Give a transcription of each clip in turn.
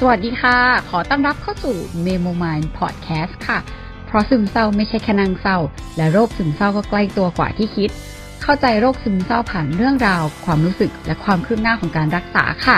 สวัสดีค่ะขอต้อนรับเข้าสู่ Memo Mind Podcast ค่ะเพราะซึมเศร้าไม่ใช่แค่นางเศร้าและโรคซึมเศร้าก็ใกล้ตัวกว่าที่คิดเข้าใจโรคซึมเศร้าผ่านเรื่องราวความรู้สึกและความคืบหน้าของการรักษาค่ะ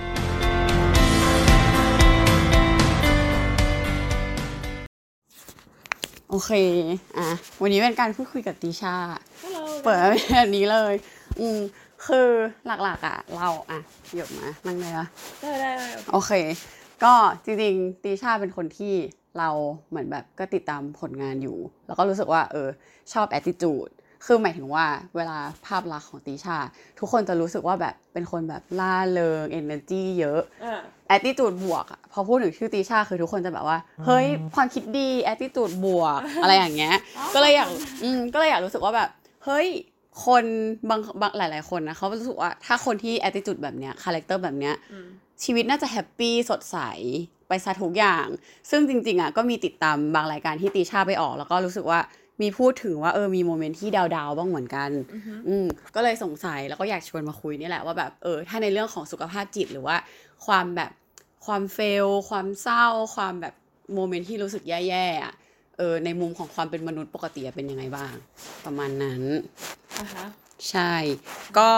โอเควันนี้เป็นการพูดคุยกับติชาเปิดแบบนี้เลยคือหลักๆเราหยบมานั่งได้ปะได้โอเคก็จริงๆติชาเป็นคนที่เราเหมือนแบบก็ติดตามผลงานอยู่แล้วก็รู้สึกว่าชอบ attitude คือหมายถึงว่าเวลาภาพลักษณ์ของติชาทุกคนจะรู้สึกว่าแบบเป็นคนแบบล่าเริง energy เยอะattitude บวกพอพูดถึงชื่อติชาคือทุกคนจะแบบว่าเฮ้ยความคิดดี attitude บวกอะไรอย่างเงี้ยก็เลยอยากรู้สึกว่าแบบเฮ้ยคนบางหลายๆคนนะเขารู้สึกว่าถ้าคนที่ attitude แบบเนี้ย character แบบเนี้ยชีวิตน่าจะแฮปปี้สดใสไปซะทุกอย่างซึ่งจริงๆก็มีติดตามบางรายการที่ติชาไปออกแล้วก็รู้สึกว่ามีพูดถึงว่ามีโมเมนต์ที่ดาวๆบ้างเหมือนกันก็เลยสงสัยแล้วก็อยากชวนมาคุยนี่แหละว่าแบบถ้าในเรื่องของสุขภาพจิตหรือว่าความแบบความเฟลความเศร้าความแบบโมเมนต์ที่รู้สึกแย่ๆในมุมของความเป็นมนุษย์ปกติเป็นยังไงบ้างประมาณนั้นใช่ก็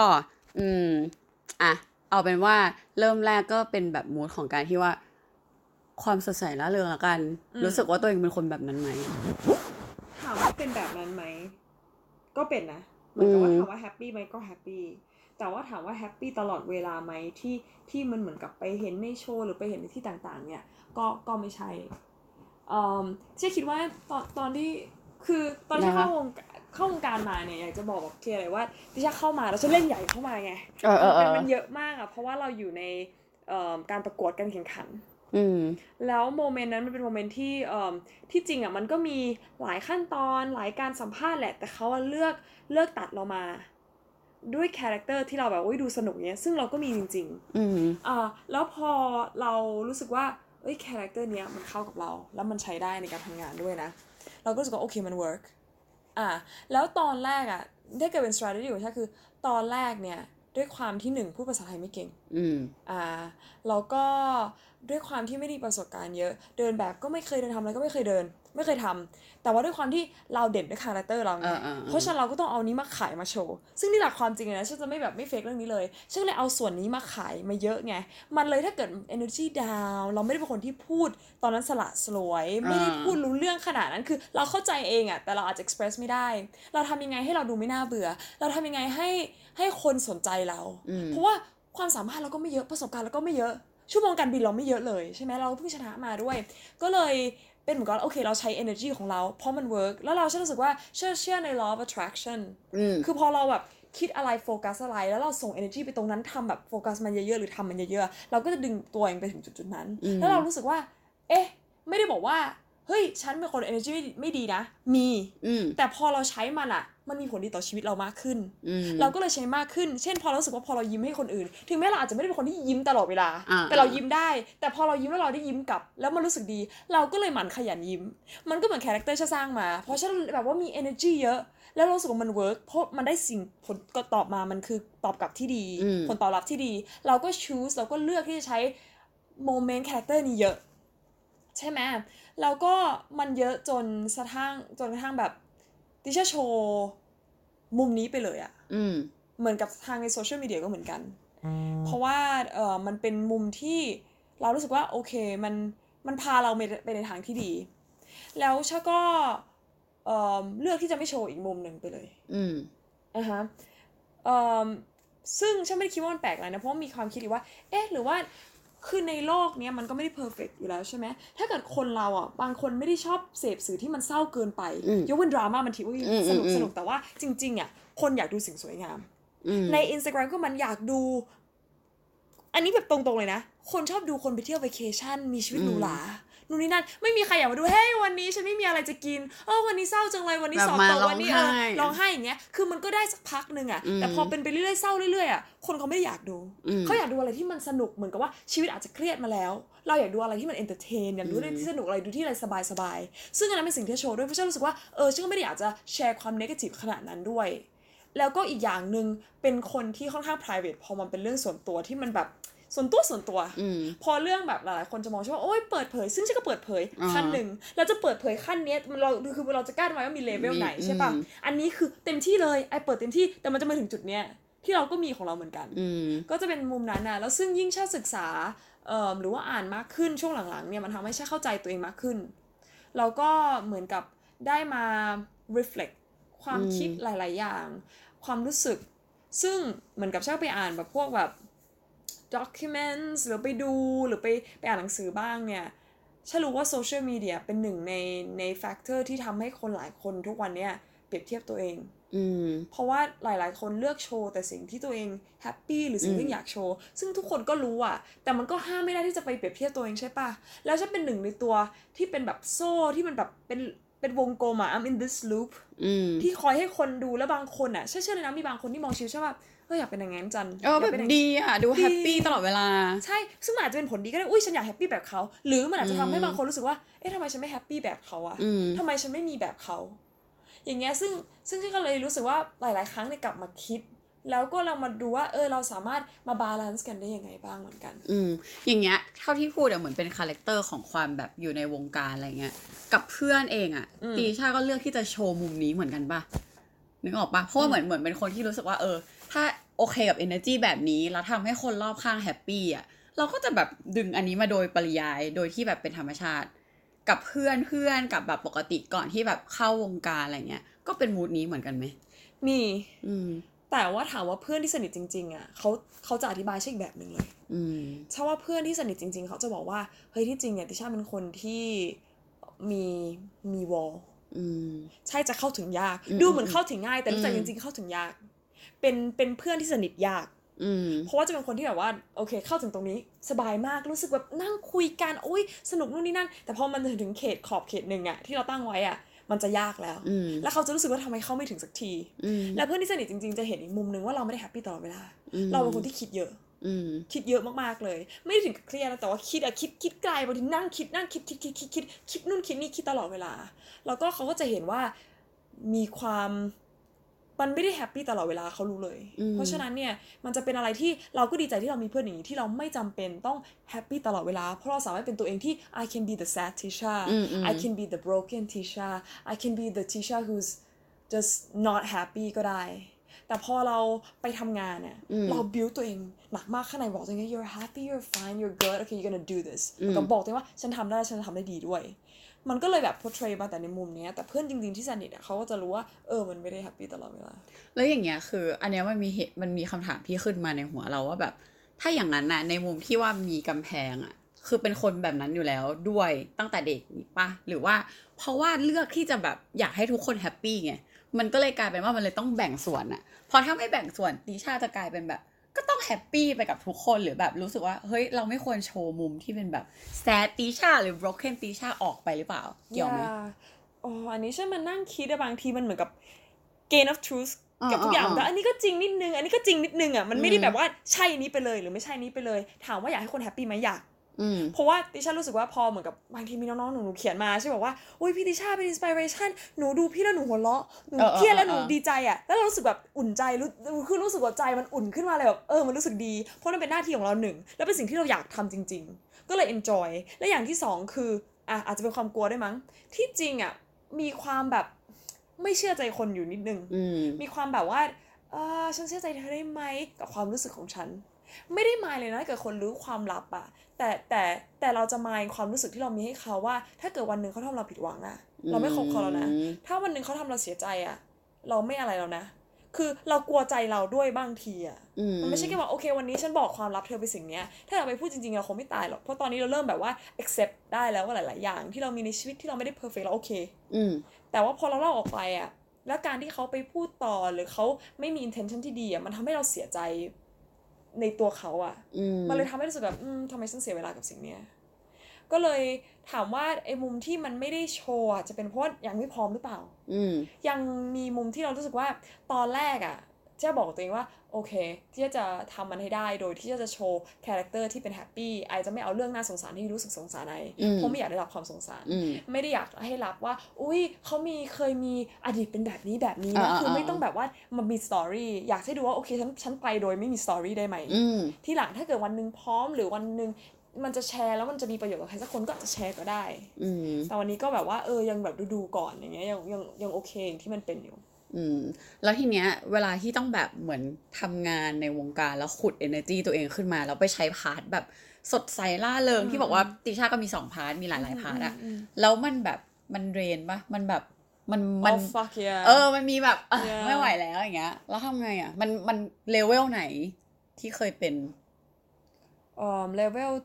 เอาเป็นว่าเริ่มแรกก็เป็นแบบมูดของการที่ว่าความสดใสร่าเริงละกันรู้สึกว่าตัวเองเป็นคนแบบนั้นไหมถามว่าเป็นแบบนั้นไหมก็เป็นนะเหมือนกับว่าถามว่าแฮปปี้ไหมก็แฮปปี้แต่ว่าถามว่าแฮปปี้ตลอดเวลาไหมที่มันเหมือนกับไปเห็นในโชว์หรือไปเห็นในที่ต่างๆเนี่ยก็ไม่ใช่เจ๊คิดว่าตอนที่คือตอนที่เข้าวงการมาเนี่ยอยากจะบอกแบบเคลียร์เลยว่าที่ฉันเข้ามาแล้วฉันเล่นใหญ่เข้ามาไงมันเยอะมากเพราะว่าเราอยู่ในการประกวดการแข่งขันแล้วโมเมนต์นั้นมันเป็นโมเมนต์ที่จริงมันก็มีหลายขั้นตอนหลายการสัมภาษณ์แหละแต่เขาเลือกตัดเรามาด้วยคาแรคเตอร์ที่เราแบบดูสนุกเนี้ยซึ่งเราก็มีจริงๆแล้วพอเรารู้สึกว่าคาแรคเตอร์เนี้ยมันเข้ากับเราแล้วมันใช้ได้ในการทำงานด้วยนะเราก็รู้สึกว่าโอเคมัน work แล้วตอนแรกถ้าเกิดเป็น strategy ของฉันคือตอนแรกเนี่ยด้วยความที่1พูดภาษาไทยไม่เก่งแล้วก็ด้วยความที่ไม่ได้ประสบการณ์เยอะเดินแบบก็ไม่เคยเดินทำอะไรก็ไม่เคยเดินไม่เคยทำแต่ว่าด้วยความที่เราเด่นด้วยคาแรคเตอร์เราไงเพราะฉะนั้นเราก็ต้องเอานี้มาขายมาโชว์ซึ่งนี่หลักความจริงนะฉันจะไม่แบบไม่เฟกเรื่องนี้เลยฉันเลยเอาส่วนนี้มาขายมาเยอะไงมันเลยถ้าเกิด energy down เราไม่ได้เป็นคนที่พูดตอนนั้นสละสลวยไม่ได้พูดรู้เรื่องขนาดนั้นคือเราเข้าใจเองแต่เราอาจจะ express ไม่ได้เราทำยังไงให้เราดูไม่น่าเบื่อเราทำยังไงให้คนสนใจเราเพราะว่าความสามารถเราก็ไม่เยอะประสบการณ์เราก็ไม่เยอะชั่วโมงการบินเราไม่เยอะเลยใช่ไหมเราเพิ่งชนะมาด้วยก็เลยเป็นเหมือนกันโอเคเราใช้ energy ของเราเพราะมัน work แล้วเรารู้สึกว่าเชื่อใน law of attraction คือพอเราแบบคิดอะไรโฟกัสอะไรแล้วเราส่ง energy ไปตรงนั้นทำแบบโฟกัสมันเยอะๆหรือทำมันเยอะๆเราก็จะดึงตัวเองไปถึงจุดๆนั้นแล้วเรารู้สึกว่าไม่ได้บอกว่าเฮ้ยฉันเป็นคน energy ไม่ดีนะมีแต่พอเราใช้มันมีผลดีต่อชีวิตเรามากขึ้นเราก็เลยใช้มากขึ้นเช่นพอเรารู้สึกว่าพอเรายิ้มให้คนอื่นถึงแม้เราอาจจะไม่ได้เป็นคนที่ยิ้มตลอดเวลาแต่เรายิ้มได้แต่พอเรายิ้มแล้วเราได้ยิ้มกลับแล้วมันรู้สึกดีเราก็เลยหมั่นขยันยิ้มมันก็เหมือนคาแรคเตอร์ฉันสร้างมาเพราะฉันแบบว่ามี energy เยอะแล้วรู้สึกว่ามันเวิร์กเพราะมันได้สิ่งผลก็ตอบมามันคือตอบกลับที่ดีผลตอบรับที่ดีเราก็ choose เราก็เลือกที่จะใช้โมเมนต์คาแรคเตอร์นี้เยอะใช่ไหมแล้วก็มันเยอะจนกระทั่งแบบดิฉันโชว์มุมนี้ไปเลยเหมือนกับทางในโซเชียลมีเดียก็เหมือนกันเพราะว่ามันเป็นมุมที่เรารู้สึกว่าโอเคมันพาเราไปในทางที่ดีแล้วชาก็เลือกที่จะไม่โชว์อีกมุมหนึ่งไปเลยซึ่งฉันไม่ได้คิดว่ามันแปลกอะไรนะเพราะมีความคิดว่าหรือว่าคือในโลกนี้มันก็ไม่ได้เพอร์เฟกต์อยู่แล้วใช่ไหมถ้าเกิดคนเราบางคนไม่ได้ชอบเสพสื่อที่มันเศร้าเกินไปยกเว้นดราม่ามันทีว่าสนุกแต่ว่าจริงๆคนอยากดูสิ่งสวยงามใน Instagram ก็มันอยากดูอันนี้แบบตรงๆเลยนะคนชอบดูคนไปเที่ยว vacation มีชีวิตหรูหรานู่นนี่นั่นไม่มีใครอยากมาดูเฮ้ยวันนี้ฉันไม่มีอะไรจะกินวันนี้เศร้าจังเลยวันนี้สอบตกวันนี้ร้องไห้อย่างเงี้ยคือมันก็ได้สักพักนึงแต่พอเป็นไปเรื่อยๆเศร้าเรื่อยๆคนเขาไม่ได้อยากดูเขาอยากดูอะไรที่มันสนุกเหมือนกับว่าชีวิตอาจจะเครียดมาแล้วเราอยากดูอะไรที่มันเอนเตอร์เทนอยากดูอะไรที่สนุกอะไรดูที่อะไรสบายๆซึ่งอันนั้นเป็นสิ่งที่โชว์ด้วยเพราะฉันรู้สึกว่าฉันก็ไม่ได้อยากจะแชร์ความเนกาทีฟขนาดนั้นด้วยแล้วก็อีกอย่างนึงเป็นคนที่ค่อนข้าง private พอมันเป็นเรื่องส่วนตัวที่มันแบบส่วนตัวพอเรื่องแบบหลายๆคนจะมองว่าโอ๊ยเปิดเผยซึ่งฉันก็เปิดเผยขั้นหนึ่งเราจะเปิดเผยขั้นนี้เราจะกล้าทำไมว่ามีเลเวลไหนใช่ป่ะอันนี้คือเต็มที่เลยไอเปิดเต็มที่แต่มันจะมาถึงจุดเนี้ยที่เราก็มีของเราเหมือนกันก็จะเป็นมุมนั้นนะแล้วซึ่งยิ่งชาศึกษาหรือว่าอ่านมากขึ้นช่วงหลังๆเนี่ยมันทำให้ชาเข้าใจตัวเองมากขึ้นเราก็เหมือนกับได้มา reflect ความคิดหลายๆอย่างความรู้สึกซึ่งเหมือนกับชาไปอ่านแบบพวกแบบ documents หรือไปดูหรือไปอ่านหนังสือบ้างเนี่ยฉันรู้ว่าโซเชียลมีเดียเป็นหนึ่งในแฟกเตอร์ที่ทำให้คนหลายคนทุกวันเนี่ยเปรียบเทียบตัวเองเพราะว่าหลายๆคนเลือกโชว์แต่สิ่งที่ตัวเองแฮปปี้หรือสิ่งที่อยากโชว์ซึ่งทุกคนก็รู้อ่ะแต่มันก็ห้ามไม่ได้ที่จะไปเปรียบเทียบตัวเองใช่ป่ะแล้วฉันเป็นหนึ่งในตัวที่เป็นแบบโซ่ที่มันแบบเป็นวงกลมอ่ะ I'm in this loop ที่คอยให้คนดูแล้วบางคนอ่ะเชื่อเลยนะมีบางคนที่มองชีวิตใช่ป่ะอยากเป็นอย่างงั้นจันแบบดีอ่ะดูแฮปปี้ตลอดเวลาใช่ซึ่งมันอาจจะเป็นผลดีก็ได้อุ้ยฉันอยากแฮปปี้แบบเขาหรือมันอาจจะทำให้บางคนรู้สึกว่าเอ๊ะทำไมฉันไม่แฮปปี้แบบเขาอ่ะทำไมฉันไม่มีแบบเขาอย่างเงี้ยซึ่งฉันก็เลยรู้สึกว่าหลายๆครั้งเนี่ยกลับมาคิดแล้วก็เรามาดูว่าเราสามารถมาบาลานซ์กันได้ยังไงบ้างเหมือนกันอย่างเงี้ยเท่าที่พูดเหมือนเป็นคาแรคเตอร์ของความแบบอยู่ในวงการอะไรเงี้ยกับเพื่อนเองอ่ะตีชาก็เลือกที่จะโชว์มุมนี้เหมือนกันป่ะนึกออกป่ะเพราะว่าเหมือนเป็นคนที่รู้สึกว่าถ้าโอเคกับ energy แบบนี้แล้วทำให้คนรอบข้างแฮปปี้อ่ะเราก็จะแบบดึงอันนี้มาโดยปริยายโดยที่แบบเป็นธรรมชาติกับเพื่อนกับแบบปกติก่อนที่แบบเข้าวงการอะไรเงี้ยก็เป็นมูดนี้เหมือนกันไหมมีแต่ว่าถามว่าเพื่อนที่สนิทจริงๆอ่ะเขาจะอธิบายใช่อีกแบบนึงเลยถ้าว่าเพื่อนที่สนิทจริงๆเขาจะบอกว่าเฮ้ยที่จริงเนี่ยติช่าเป็นคนที่มีวอลใช่จะเข้าถึงยากดูเหมือนเข้าถึงง่ายแต่รู้จักจริงๆเข้าถึงยากเป็นเพื่อนที่สนิทยากเพราะว่าจะเป็นคนที่แบบว่าโอเคเข้าถึงตรงนี้สบายมากรู้สึกแบบนั่งคุยกันโอ๊ยสนุกนู่นนี่นั่นแต่พอมันถึงขอบเขตนึงอ่ะที่เราตั้งไว้อ่ะมันจะยากแล้วแล้วเขาจะรู้สึกว่าทำไมเข้าไม่ถึงสักทีแล้วเพื่อนที่สนิทจริงๆจะเห็นอีกมุมนึงว่าเราไม่ได้แฮปปี้ตลอดเวลาเราเป็นคนที่คิดเยอะมากๆเลยไม่ได้ถึงกับเครียดแต่ว่าคิดไกลบางทีนั่งคิดนู่นคิดนี่คิดตลอดเวลาแล้วก็เขาก็จะเห็นว่ามีความมันไม่ได้แฮปปี้ตลอดเวลาเขารู้เลยเพราะฉะนั้นเนี่ยมันจะเป็นอะไรที่เราก็ดีใจที่เรามีเพื่อนอย่างนี้ที่เราไม่จำเป็นต้องแฮปปี้ตลอดเวลาเพราะเราสามารถเป็นตัวเองที่ I can be the sad Tisha I can be the broken Tisha I can be the Tisha who's just not happy ก็ได้แต่พอเราไปทำงานเนี่ยเรา build ตัวเองหนักมากข้างในบอกตัวเอง you're happy you're fine you're good okay you're gonna do this ก็บอกตัวเองว่าฉันทำได้ฉันทำได้ดีด้วยมันก็เลยแบบ portray มาแต่ในมุมนี้แต่เพื่อนจริงๆที่สนิทเขาก็จะรู้ว่ามันไม่ได้แฮปปี้ตลอดเวลาแล้วอย่างเงี้ยคืออันเนี้ยมันมีคำถามที่ขึ้นมาในหัวเราว่าแบบถ้าอย่างนั้นน่ะในมุมที่ว่ามีกำแพงอ่ะคือเป็นคนแบบนั้นอยู่แล้วด้วยตั้งแต่เด็กนี่ป่ะหรือว่าเพราะว่าเลือกที่จะแบบอยากให้ทุกคนแฮปปี้ไงมันก็เลยกลายเป็นว่ามันเลยต้องแบ่งส่วนอ่ะพอถ้าไม่แบ่งส่วนติช่าจะกลายเป็นแบบก็ต้องแฮปปี้ไปกับทุกคนหรือแบบรู้สึกว่าเฮ้ยเราไม่ควรโชว์มุมที่เป็นแบบแซดติช่าหรือ broken ติช่าออกไปหรือเปล่าเกี่ยวไหมอันนี้ฉันมานั่งคิดบางทีมันเหมือนกับ gain of truth กับทุกอย่างแล้วอันนี้ก็จริงนิดนึงอันนี้ก็จริงนิดนึงอ่ะมันไม่ได้แบบว่าใช่นี้ไปเลยหรือไม่ใช่นี้ไปเลยถามว่าอยากให้คนแฮปปี้ไหมอยากเพราะว่าติช่ารู้สึกว่าพอเหมือนกับบางทีมีน้องๆหนูเขียนมาใช่บอกว่าโอ้ยพี่ติช่าเป็นอินสปิเรชันหนูดูพี่แล้วหนูหัวเราะหนูเครียดแล้วหนูดีใจอ่ะแล้วเรารู้สึกแบบอุ่นใจรู้สึกว่าใจมันอุ่นขึ้นมาเลยแบบมันรู้สึกดีเพราะมันเป็นหน้าที่ของเราหนึ่งแล้วเป็นสิ่งที่เราอยากทำจริงๆก็เลย enjoy และอย่างที่สองคืออาจจะเป็นความกลัวด้วยมั้งที่จริงอ่ะมีความแบบไม่เชื่อใจคนอยู่นิดนึงมีความแบบว่าฉันเชื่อใจเธอได้ไหมกับความรู้สึกของฉันไม่ได้มายเลยนะเกิดคนรู้ความลับอะแต่เราจะมายความรู้สึกที่เรามีให้เขาว่าถ้าเกิดวันนึงเขาทำเราผิดหวังอะเราไม่คบเขาแล้วนะถ้าวันนึงเขาทำเราเสียใจอะเราไม่อะไรแล้วนะคือเรากลัวใจเราด้วยบางทีอะมันไม่ใช่แค่ว่าโอเควันนี้ฉันบอกความลับเธอไปสิ่งเนี้ยถ้าเราไปพูดจริงๆเราคงไม่ตายหรอกเพราะตอนนี้เราเริ่มแบบว่า accept ได้แล้วว่าหลายๆอย่างที่เรามีในชีวิตที่เราไม่ได้ perfect แล้วโอเคแต่ว่าพอเราเล่าออกไปอะแล้วการที่เขาไปพูดต่อหรือเขาไม่มี intention ที่ดีอะมันทำให้เราเสียใจในตัวเขาอ่ะมันเลยทำให้รู้สึกแบบทำไมฉันเสียเวลากับสิ่งเนี้ยก็เลยถามว่าไอ้มุมที่มันไม่ได้โชว์จะเป็นเพราะยังไม่พร้อมหรือเปล่ายังมีมุมที่เรารู้สึกว่าตอนแรกอ่ะที่จะบอกตัวเองว่าโอเคที่จะทำมันให้ได้โดยที่จะโชว์คาแรคเตอร์ที่เป็นแฮปปี้ไอจะไม่เอาเรื่องน่าสงสารที่รู้สึกสงสารไอเพราะไม่อยากได้รับความสงสารไม่ได้อยากให้รับว่าอุ้ยเขาเคยมีอดีตเป็นแบบนี้นะคือไม่ต้องแบบว่ามันมีสตอรี่อยากให้ดูว่าโอเคฉันไปโดยไม่มีสตอรี่ได้ไหมที่หลังถ้าเกิดวันนึงพร้อมหรือวันนึงมันจะแชร์แล้วมันจะมีประโยชน์กับใครสักคนก็จะแชร์ก็ได้แต่วันนี้ก็แบบว่ายังแบบดูก่อนอย่างเงี้ยยังโอเคที่มันเป็นอยู่แล้วทีเนี้ยเวลาที่ต้องแบบเหมือนทำงานในวงการแล้วขุด energy ตัวเองขึ้นมาแล้วไปใช้พาร์ทแบบสดใสล่าเริงที่บอกว่าติช่าก็มี2พาร์ทมีหลายๆพาร์ทอะแล้วมันแบบมันเดรนปะมันแบบมัน fuck yeah มันมีแบบไม่ไหวแล้วอย่างเงี้ยแล้วทำไงอะมันเลเวลไหนที่เคยเป็นเลเวล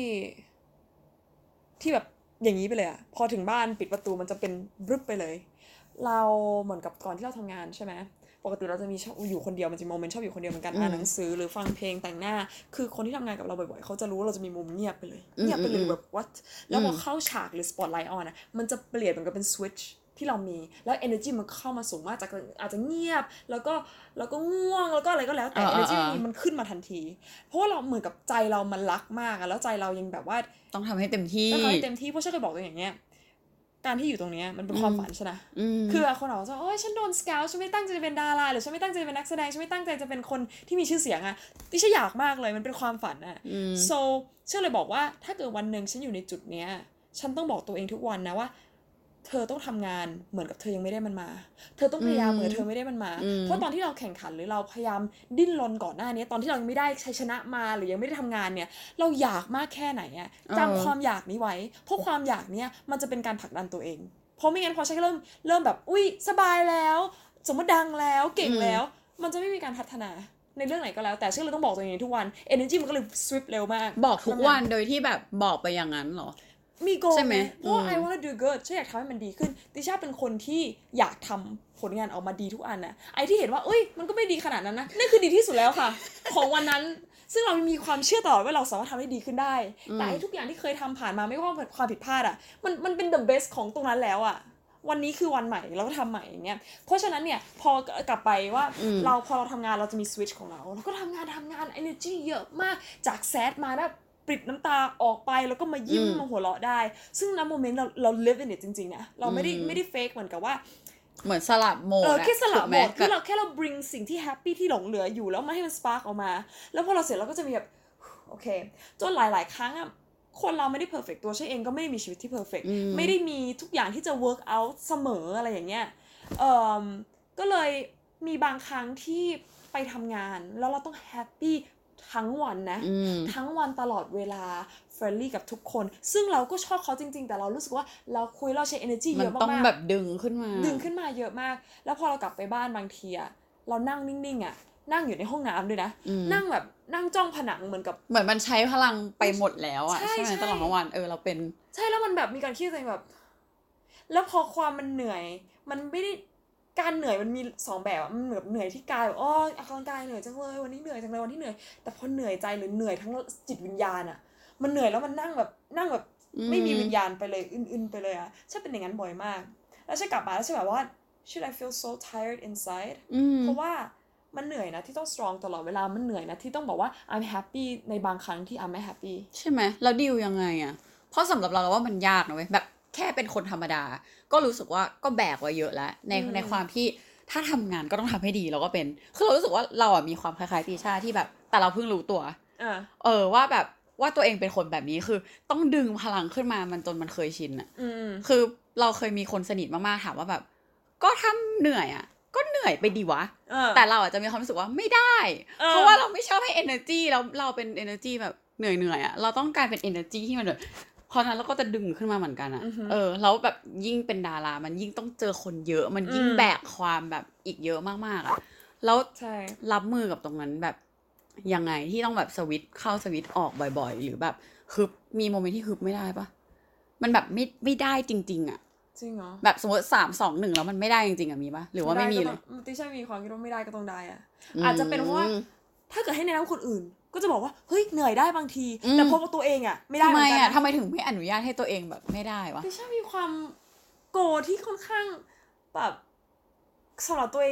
ที่แบบอย่างนี้ไปเลยอะพอถึงบ้านปิดประตูมันจะเป็นรึบไปเลยเราเหมือนกับก่อนที่เราทำงานใช่ไหมปกติเราจะมีอยู่คนเดียวมันจะโมเมนต์ชอบอยู่คนเดียวเหมือนกันอ่านหนังสือหรือฟังเพลงแต่งหน้าคือคนที่ทำงานกับเราบ่อยๆเขาจะรู้ว่าเราจะมีมุมเงียบไปเลยแบบ what แล้วพอเข้าฉากหรือ spotlight on อะมันจะเปลี่ยนเหมือนกับเป็น switch ที่เรามีแล้ว energy มันเข้ามาสูงมากจากอาจจะเงียบแล้วก็ง่วงแล้วก็อะไรก็แล้วแต่ energy มันขึ้นมาทันทีเพราะว่าเราเหมือนกับใจเรามันรักมากแล้วใจเรายังแบบว่าต้องทำให้เต็มที่เพราะฉันเคยบอกตัวเองอย่างเงี้ยการที่อยู่ตรงนี้มันเป็นความฝันใช่ไหมคือคนบอกว่าโอ๊ยฉันโดนสเกลฉันไม่ตั้งใจจะเป็นดาราหรือฉันไม่ตั้งใจเป็นนักแสดงฉันไม่ตั้งใจจะเป็นคนที่มีชื่อเสียงอะที่ฉันอยากมากเลยมันเป็นความฝันอะso ฉันเลยบอกว่าถ้าเกิดวันนึงฉันอยู่ในจุดเนี้ยฉันต้องบอกตัวเองทุกวันนะว่าเธอต้องทำงานเหมือนกับเธอยังไม่ได้มันมาเธอต้องพยายามเหมือนเธอไม่ได้มันมาเพราะตอนที่เราแข่งขันหรือเราพยายามดิ้นรนก่อนหน้านี้ตอนที่เรายังไม่ได้ชัยชนะมาหรือยังไม่ได้ทำงานเนี่ยเราอยากมากแค่ไหนอะจำความอยากนี้ไว้เพราะความอยากเนี้ยมันจะเป็นการผลักดันตัวเองเพราะไม่งั้นพอฉันเริ่มแบบอุ้ยสบายแล้วสมมติดังแล้วเก่งแล้วมันจะไม่มีการพัฒนาในเรื่องไหนก็แล้วแต่ฉันเลยต้องบอกตัวเองทุกวัน energy มันก็เลย swift เร็วมากบอกทุกวันโดยที่แบบบอกไปอย่างนั้นหรอมีโกลใช่ไหมเพราะ I wanna do good ฉันอยากทำให้มันดีขึ้นติช่าเป็นคนที่อยากทำผลงานออกมาดีทุกอันน่ะไอ้ที่เห็นว่าเอ้ยมันก็ไม่ดีขนาดนั้นนะนั่นคือดีที่สุดแล้วค่ะ ของวันนั้นซึ่งเรามีความเชื่อตลอดว่าเราสามารถทำให้ดีขึ้นได้แต่ไอ้ทุกอย่างที่เคยทำผ่านมาไม่ว่าความผิดพลาดอ่ะมันเป็น the best ของตรงนั้นแล้วอ่ะวันนี้คือวันใหม่เราก็ทำใหม่อย่างเงี้ยเพราะฉะนั้นเนี่ยพอกลับไปว่าพอเราทำงานเราจะมี switch ของเราก็ทำงาน energy เยอะมากจากแซดมาแบบปิดน้ำตาออกไปแล้วก็มายิ้มมาหัวเราะได้ซึ่งณโมเมนต์เรา live in it จริงๆนะเราไม่ได้ fake เหมือนกับว่าเหมือนสลับโหมดแค่สลับโหมดคือเราแค่เรา bring สิ่งที่ happy ที่หลงเหลืออยู่แล้วมาให้มัน spark ออกมาแล้วพอเราเสร็จเราก็จะมีแบบโอเคจนหลายๆครั้งอะคนเราไม่ได้ perfect ตัวฉันเองก็ไม่ได้มีชีวิตที่ perfect ไม่ได้มีทุกอย่างที่จะ work out เสมออะไรอย่างเงี้ยก็เลยมีบางครั้งที่ไปทำงานแล้วเราต้อง happyทั้งวันนะทั้งวันตลอดเวลาเฟรนลี่กับทุกคนซึ่งเราก็ชอบเขาจริงๆแต่เรารู้สึกว่าเราคุยเราใช้ energy เยอะมากๆมันต้องแบบดึงขึ้นมาเยอะมากแล้วพอเรากลับไปบ้านบางทีอะเรานั่งนิ่งๆอะนั่งอยู่ในห้องน้ำด้วยนะนั่งแบบนั่งจ้องผนังเหมือนมันใช้พลังไปหมดแล้วอะใช่ไหมตลอดทั้งวันเราเป็นใช่แล้วมันแบบมีการคิดตัวเองแบบแล้วพอความมันเหนื่อยมันไม่ได้การเหนื่อยมันมี2แบบมันเหนื่อยที่กายแบบออกกำลังกายเหนื่อยจังเลยวันนี้เหนื่อยจังเลยวันที่เหนื่อยแต่พอเหนื่อยใจหรือเหนื่อยทั้งจิตวิญญาณอะมันเหนื่อยแล้วมันนั่งแบบไม่มีวิญญาณไปเลยอึนๆไปเลยอะฉันเป็นอย่างนั้นบ่อยมากแล้วฉันกลับมาแล้วฉันแบบว่า should I feel so tired inside เพราะว่ามันเหนื่อยนะที่ต้อง strong ตลอดเวลามันเหนื่อยนะที่ต้องบอกว่า I'm happy ในบางครั้งที่ I'm not happy ใช่ไหมแล้วดีลยังไงอะเพราะสำหรับเราว่ามันยากนะเว้ยแบบแค่เป็นคนธรรมดาก็รู้สึกว่าก็แบกไว้เยอะแล้วในความที่ถ้าทำงานก็ต้องทำให้ดีเราก็เป็นคือเรารู้สึกว่าเราอะมีความคล้ายๆติช่าที่แบบแต่เราเพิ่งรู้ตัวว่าแบบว่าตัวเองเป็นคนแบบนี้คือต้องดึงพลังขึ้นมามันจนมันเคยชินอะคือเราเคยมีคนสนิทมากๆถามว่าแบบก็ทำเหนื่อยอะก็เหนื่อยไปดีวะแต่เราอาจจะมีความรู้สึกว่าไม่ได้เพราะว่าเราไม่ชอบให้ energy แล้วเราเป็น energy แบบเหนื่อยอะเราต้องการเป็น energy ที่มันแบบเพราะนั้นเราก็จะดึงขึ้นมาเหมือนกันอะแล้วแบบยิ่งเป็นดารามันยิ่งต้องเจอคนเยอะมันยิ่งแบกความแบบอีกเยอะมากๆอะแล้วรับมือกับตรงนั้นแบบยังไงที่ต้องแบบสวิตช์เข้าสวิตช์ออกบ่อยๆหรือแบบฮึบมีโมเมนต์ที่ฮึบไม่ได้ปะมันแบบไม่ได้จริงๆอะจริงเหรอแบบสมมติ3 2 1แล้วมันไม่ได้จริงๆอะมีปะหรือว่าไม่มีเลยติช่ามีความคิดว่าไม่ได้ก็ต้องได้อะอาจจะเป็นเพราะว่าถ้าเกิดให้แนะนำคนอื่นก็จะบอกว่าเฮ้ยเหนื่อยได้บางทีแต่พอตัวเองอะไม่ได้เหมือนกันทำไมถึงไม่อนุญาตให้ตัวเองแบบไม่ได้วะติช่ามีความโกรธที่ค่อนข้างแบบสำหรับตัวเอง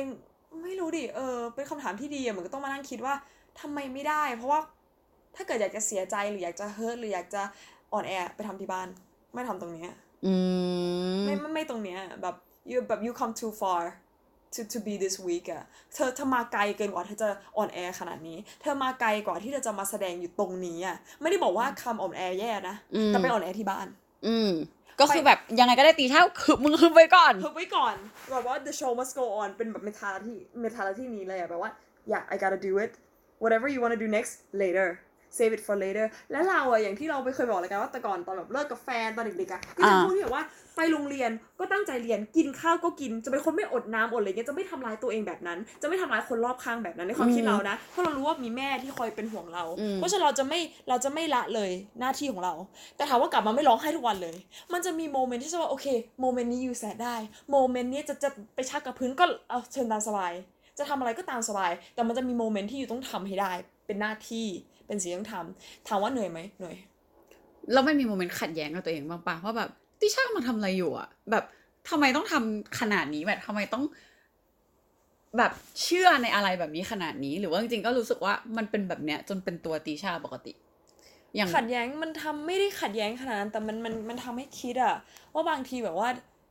ไม่รู้ดิเป็นคำถามที่ดีอะเหมือนก็ต้องมานั่งคิดว่าทำไมไม่ได้เพราะว่าถ้าเกิดอยากจะเสียใจหรืออยากจะเฮิร์ตหรืออยากจะอ่อนแอไปทำที่บ้านไม่ทำตรงเนี้ยไม่ตรงเนี้ยแบบ you come too far to be this weak อะเธอมาไกลเกินกว่าเธอจะอ่อนแอขนาดนี้เธอมาไกลกว่าที่เธอจะมาแสดงอยู่ตรงนี้อะไม่ได้บอกว่าคำอ่อนแอแย่นะแต่ไปอ่อนแอที่บ้านก็คือแบบยังไงก็ได้ตีเท่าคือมึงฮึบไว้ก่อนแบบว่า the show must go on เป็นแบบ mentality นี้เลยอะแบบว่า yeah I gotta do it whatever you wanna do next later save it for later แล้วเราอะอย่างที่เราไปเคยบอกเลยกันว่าแต่ก่อนตอนแบบเลิกกับแฟนตอนเด็กๆอะก็จะพูดที่แบบว่าไปโรงเรียนก็ตั้งใจเรียนกินข้าวก็กินจะเป็นคนไม่อดน้ำอดอะไรเงี้ยจะไม่ทำร้ายตัวเองแบบนั้นจะไม่ทำร้ายคนรอบข้างแบบนั้นในความคิดเรานะเพราะเรารู้ว่ามีแม่ที่คอยเป็นห่วงเราเพราะฉะนั้นเราจะไม่ละเลยหน้าที่ของเราแต่ถามว่ากลับมาไม่ร้องไห้ทุกวันเลยมันจะมีโมเมนต์ที่จะว่าโอเคโมเมนต์นี้อยู่แสดได้โมเมนต์นี้จะไปชักกับพื้นก็เอาเชิญตามสบายจะทำอะไรก็ตามสบายแต่มันจะมีโมเมนต์ที่อยู่ต้องทำให้ได้เป็นหน้าที่เป็นสิ่งที่ต้องทำถามว่าเหนื่อยไหมเหนื่อยแล้วไม่มีโมเมนต์ขัดแย้งกับตัวเองบ้างปะว่าแบบติช่ามาทำอะไรอยู่อะแบบทำไมต้องทำขนาดนี้แบบทำไมต้องแบบเชื่อในอะไรแบบนี้ขนาดนี้หรือว่าจริงๆก็รู้สึกว่ามันเป็นแบบเนี้ยจนเป็นตัวติช่าปกติอย่างขัดแย้งมันทำไม่ได้ขัดแย้งขนาดนั้นแต่มันทำให้คิดอะว่าบางทีแบบว่า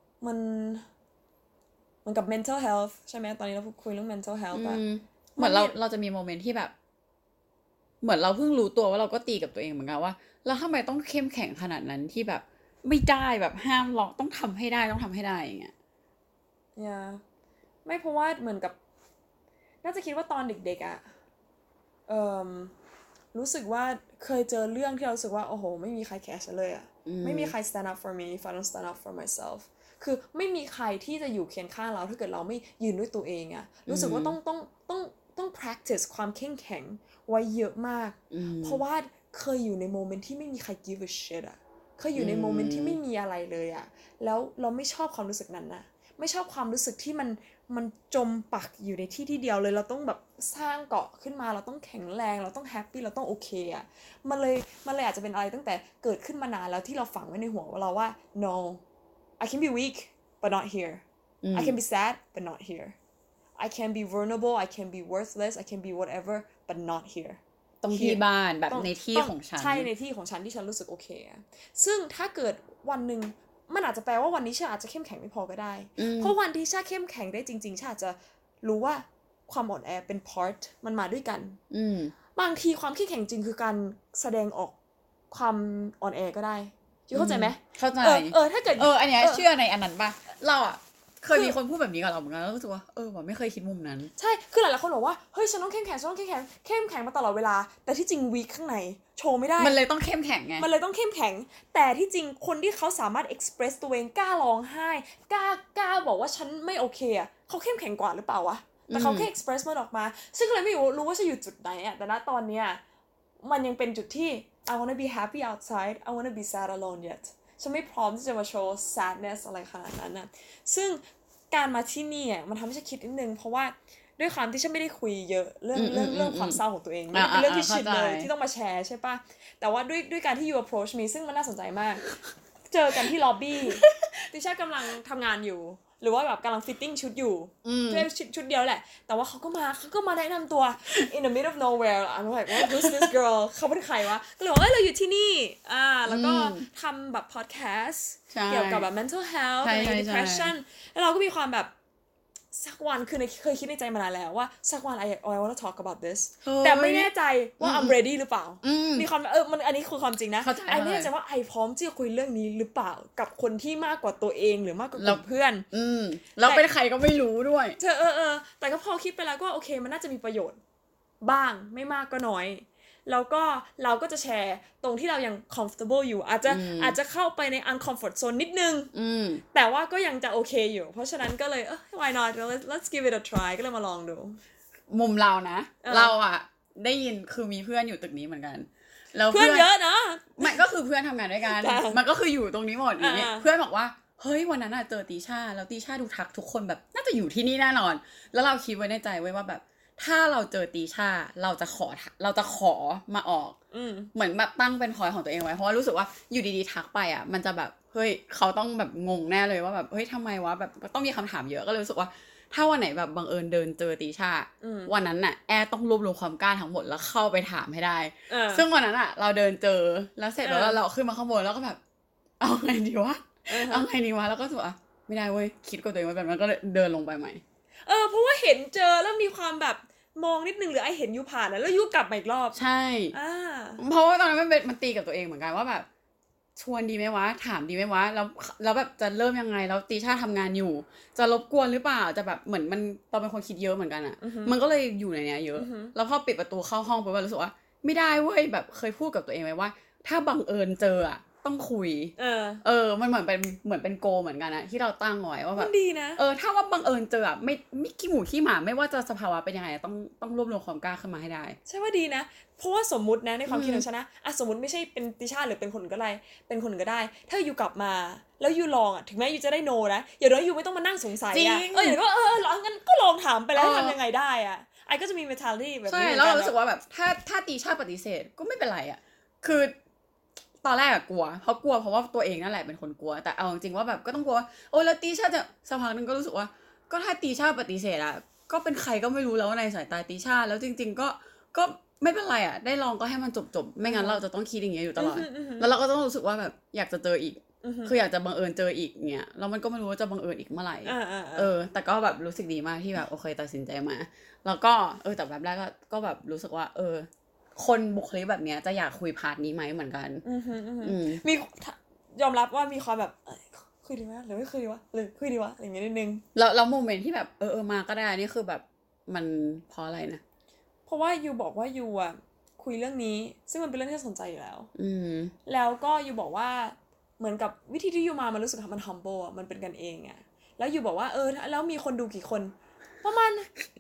มันกับ mental health ใช่ไหมตอนนี้เราคุยเรื่อง mental health อะเหมือนเราจะมีโมเมนต์ที่แบบเหมือนเราเพิ่งรู้ตัวว่าเราก็ตีกับตัวเองเหมือนกันว่าแล้วทำไมต้องเข้มแข็งขนาดนั้นที่แบบไม่ได้แบบห้ามลองต้องทำให้ได้อย่างเงี้ยไม่เพราะว่าเหมือนกับน่าจะคิดว่าตอนเด็กๆอะรู้สึกว่าเคยเจอเรื่องที่เรารู้สึกว่าโอ้โหไม่มีใครแคร์ฉันเลยอะไม่มีใคร stand up for me if I don't stand up for myself คือไม่มีใครที่จะอยู่เคียงข้างเราถ้าเกิดเราไม่ยืนด้วยตัวเองอะรู้สึกว่าต้อง practice ความเข้มแข็งไว้เยอะมากเพราะว่าเคยอยู่ในโมเมนต์ที่ไม่มีใคร give a shit อะเคยอยู่ในโมเมนต์ที่ไม่มีอะไรเลยอะแล้วเราไม่ชอบความรู้สึกนั้นนะไม่ชอบความรู้สึกที่มันจมปักอยู่ในที่เดียวเลยเราต้องแบบสร้างเกาะขึ้นมาเราต้องแข็งแรงเราต้องแฮปปี้เราต้องโอเคอะมันเลยอาจจะเป็นอะไรตั้งแต่เกิดขึ้นมานานแล้วที่เราฝังไว้ในหัวเราว่า no I can be weak but not here I can be sad but not here I can be vulnerable I can be worthless I can be whatever but not here ต้องที่บ้านแบบในที่ของฉันใช่ในที่ของฉันที่ฉันรู้สึกโอเคซึ่งถ้าเกิดวันหนึ่งมันอาจจะแปลว่าวันนี้ชาอาจจะเข้มแข็งไม่พอก็ได้เพราะวันที่ชาเข้มแข็งได้จริงๆชาอาจจะรู้ว่าความอ่อนแอเป็น part มันมาด้วยกันบางทีความเข้มแข็งจริงคือการแสดงออกความอ่อนแอก็ได้ยูเข้าใจไหมเข้าใจถ้าเกิดอันนี้เชื่อในอันนั้นป่ะเราอะเคยมีคนพูดแบบนี้กับเราเหมือนกันแล้วรู้สึกว่าว่าไม่เคยคิดมุมนั้นใช่คือหลายๆคนบอกว่าเฮ้ยฉันต้องเข้มแข็งมาตลอดเวลาแต่ที่จริงวีคข้างในโชว์ไม่ได้มันเลยต้องเข้มแข็งไงมันเลยต้องเข้มแข็งแต่ที่จริงคนที่เขาสามารถ express ตัวเองกล้าร้องไห้กล้าบอกว่าฉันไม่โอเคอะเขาเข้มแข็งกว่าหรือเปล่าวะแต่เขาแค่ express มันออกมาซึ่งก็เลยไม่รู้ว่าจะอยู่จุดไหนอะแต่ณตอนเนี้ยมันยังเป็นจุดที่ I wanna be happy outside I wanna be sad alone yet ฉันไม่พร้อมที่จะมาโชว์ sadness อะไรขนาดนั้นนะซึ่งการมาที่นี่อ่ะมันทำให้ฉันคิดนิดนึงเพราะว่าด้วยความที่ฉันไม่ได้คุยเยอะเรื่องความเศร้าของตัวเองไม่เป็นเรื่องที่ชินเลยที่ต้องมาแชร์ใช่ปะแต่ว่าด้วยการที่ you approach me ซึ่งมันน่าสนใจมากเจอกันที่ล็อบบี้ติช่ากำลังทำงานอยู่หรือว่าแบบกำลังฟิตติ้งชุดอยู่ชุดเดียวแหละแต่ว่าเขาก็มาแนะนำตัว in the middle of nowhere I'm like who's this girl เขาเป็นใครวะก็เลยบอกเราอยู่ที่นี่แล้วก็ทำแบบ podcast เกี่ยวกับแบบ mental health depression แล้วเราก็มีความแบบสักวันคือเคยคิดในใจมานานแล้วว่าสักวัน I want to talk about this แต่ไม่แน่ใจว่า I'm ready หรือเปล่ามีความมันอันนี้คือความจริงนะ I ไม่แน่ใจว่า I พร้อมที่จะคุยเรื่องนี้หรือเปล่ากับคนที่มากกว่าตัวเองหรือมากกว่ากลุ่มเพื่อนแล้วเป็นใครก็ไม่รู้ด้วยแต่ก็พอคิดไปแล้วก็โอเคมันน่าจะมีประโยชน์บ้างไม่มากก็น้อยแล้วก็เราก็จะแชร์ตรงที่เรายัง comfortable อยู่อาจจะเข้าไปใน uncomfort zone นิดนึงแต่ว่าก็ยังจะโอเคอยู่เพราะฉะนั้นก็เลยwhy not let's give it a try ก็เลยมาลองดูมุมเรานะเราอ่ะได้ยินคือมีเพื่อนอยู่ตึกนี้เหมือนกันแล้วเพื่อนเยอะนะมันก็คือเพื่อนทำงานด้วยกันมันก็คืออยู่ตรงนี้หมดอย่างเงี้ยเพื่อนบอกว่าเฮ้ยวันนั้นเจอตีช่าแล้วตีช่าดูทักทุกคนแบบน่าจะอยู่ที่นี่แน่นอนแล้วเราคิดไว้ในใจไว้ว่าแบบถ้าเราเจอตีช่าเราจะขอมาออกเหมือนแบบตั้งเป็นพอยของตัวเองไว้เพราะว่ารู้สึกว่าอยู่ดีๆทักไปอ่ะมันจะแบบเฮ้ยเขาต้องแบบงงแน่เลยว่าแบบเฮ้ยทำไมวะแบบต้องมีคำถามเยอะก็เลยรู้สึกว่าถ้าวันไหนแบบบังเอิญเดินเจอติช่าวันนั้นน่ะแอร์ต้องรวบรวมความกล้าทั้งหมดแล้วเข้าไปถามให้ได้ซึ่งวันนั้นอ่ะเราเดินเจอแล้วเสร็จแล้วเราขึ้นมาข้างบนแล้วก็แบบเอาไงดีวะเอาไงดีวะแล้วก็รู้สึกว่าไม่ได้เว้ยคิดกับตัวเองไว้แบบนั้นก็เดินลงไปใหม่เพราะว่าเห็นเจอแล้วมีความแบบมองนิดนึงหรือไอเห็นยูผ่านแล้วยูกลับมาอีกรอบใช่เพราะว่าตอนนั้นมันตีกับตัวเองเหมือนกันว่าแบบชวนดีไหมวะถามดีไหมวะแล้วแบบจะเริ่มยังไงแล้วติช่าทำงานอยู่จะรบกวนหรือเปล่าจะแบบเหมือนมันเราเป็นคนคิดเยอะเหมือนกันอ่ะมันก็เลยอยู่ในเนี้ยเยอะแล้วพอปิดประตูเข้าห้องไปว่ารู้สึกว่าไม่ได้เว้ยแบบเคยพูดกับตัวเองไว้ว่าถ้าบังเอิญเจออ่ะต้องคุยมันเหมือนเป็นโกเหมือนกันนะที่เราตั้งไว้ว่าแบบดีนะถ้าว่าบังเอิญเจออ่ะไม่ขี้หมูขี้หมาไม่ว่าจะสภาวะเป็นยังไงต้องรวบรวมความกล้าขึ้นมาให้ได้ใช่ว่าดีนะเพราะว่าสมมุตินะในความคิดของฉันนะสมมุติไม่ใช่เป็นติช่าหรือเป็นคนก็ได้เป็นคนก็ได้ถ้าอยู่กลับมาแล้วอยู่ลองถึงแม้อยู่จะได้โนนะอย่างน้อยอยู่ไม่ต้องมานั่งสงสัยอย่างว่าลองงั้นก็ลองถามไปแล้วทำยังไงได้ไอ้ก็จะมี mentality แบบนี้ใช่แล้วรู้สึกว่าแบบถ้าติช่าปฏิเสธก็ไม่เป็นไรคือตอนแรกกลัวเพราะว่าตัวเองนั่นแหละเป็นคนกลัวแต่เอาจริงๆว่าแบบก็ต้องกลัวโอ้แล้วติช่าจะสักพักนึงก็รู้สึกว่าก็ถ้าติช่าปฏิเสธก็เป็นใครก็ไม่รู้แล้วในสายตาติช่าแล้วจริงๆก็ไม่เป็นไรได้ลองก็ให้มันจบไม่งั้นเราจะต้องคิดอย่างเงี้ยอยู่ตลอดแล้วเราก็ต้องรู้สึกว่าแบบอยากจะเจออีกคืออยากจะบังเอิญเจออีกเงี้ยแล้วมันก็ไม่รู้ว่าจะบังเอิญอีกเมื่อไหร่แต่ก็แบบรู้สึกดีมากที่แบบโอเคตัดสินใจมาแล้วก็แต่แบบแรกก็แบบรู้สึกว่าคนบุคลิกแบบเนี้ยจะอยากคุยพาร์ทนี้ไหมเหมือนกันมียอมรับว่ามีความแบบคุยดีวะหรือไม่คุยดีวะหรือคุยดีวะอย่างเงี้ยนิดนึงแล้วโมเมนต์ที่แบบมาก็ได้นี่คือแบบมันเพราะอะไรนะเพราะว่ายูบอกว่ายูคุยเรื่องนี้ซึ่งมันเป็นเรื่องที่สนใจอยู่แล้วแล้วก็ยูบอกว่าเหมือนกับวิธีที่ยูมามันรู้สึกมัน humble มันเป็นกันเองแล้วยูบอกว่าแล้วมีคนดูกี่คนประมาณ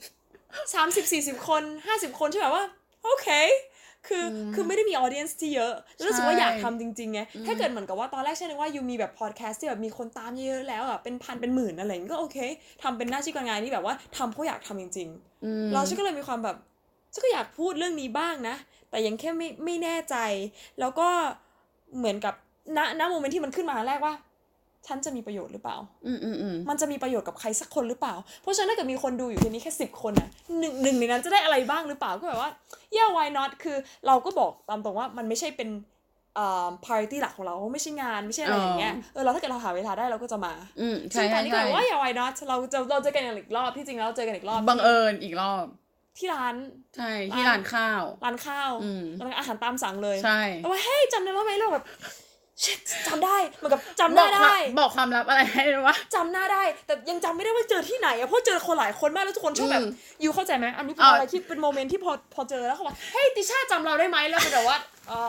30-40 คน50 คนใช่ไหมว่าโอเคคือไม่ได้มีออเดียนซ์ที่เยอะรู้สึกว่าอยากทำจริงๆไงถ้าเกิดเหมือนกับว่าตอนแรกใช่นึกว่ายูมีแบบพอดแคสต์ที่แบบมีคนตามเยอะๆแล้วเป็นพันเป็นหมื่นอะไรอย่างงี้ก็โอเคทำเป็นหน้าที่การงานที่แบบว่าทำเพราะอยากทำจริงๆเราก็เลยมีความแบบก็อยากพูดเรื่องนี้บ้างนะแต่ยังแค่ไม่แน่ใจแล้วก็เหมือนกับณโมเมนต์ที่มันขึ้นมาแรกว่าฉันจะมีประโยชน์หรือเปล่ามันจะมีประโยชน์กับใครสักคนหรือเปล่าเพราะฉะนั้นถ้าเกิดมีคนดูอยู่ที่นี้แค่10 คนหนึ่งในนั้นจะได้อะไรบ้างหรือเปล่าก็แบบว่า yeah why not คือเราก็บอกตามตรงว่ามันไม่ใช่เป็นpriority หลักของเราไม่ใช่งานไม่ใช่อะไรอย่างเงี้ยเราถ้าเกิดเราหาเวลาได้เราก็จะมาซึ่งตอนนี้ก็ว่า yeah why not เราเจอกันอีกรอบที่จริงแล้วเจอกันอีกรอบบังเอิญอีกรอบที่ร้านใช่ที่ร้านข้าวร้านอาหารตามสั่งเลยใช่แต่ว่าเฮ้ยจำได้ไหมเราแบบจำได้เหมือนกับจำหน้าได้บอกความลับอะไรให้วะจำหน้าได้แต่ยังจำไม่ได้ว่าเจอที่ไหนเพราะเจอคนหลายคนมากแล้วทุกคนชอบแบบยูเข้าใจไหมอันนี้เป็นอะไรที่เป็นโมเมนต์ที่พอเจอแล้วเขาบอกเฮ้ยติช่าจำเราได้ไหมแล้วเป็นแบบว่า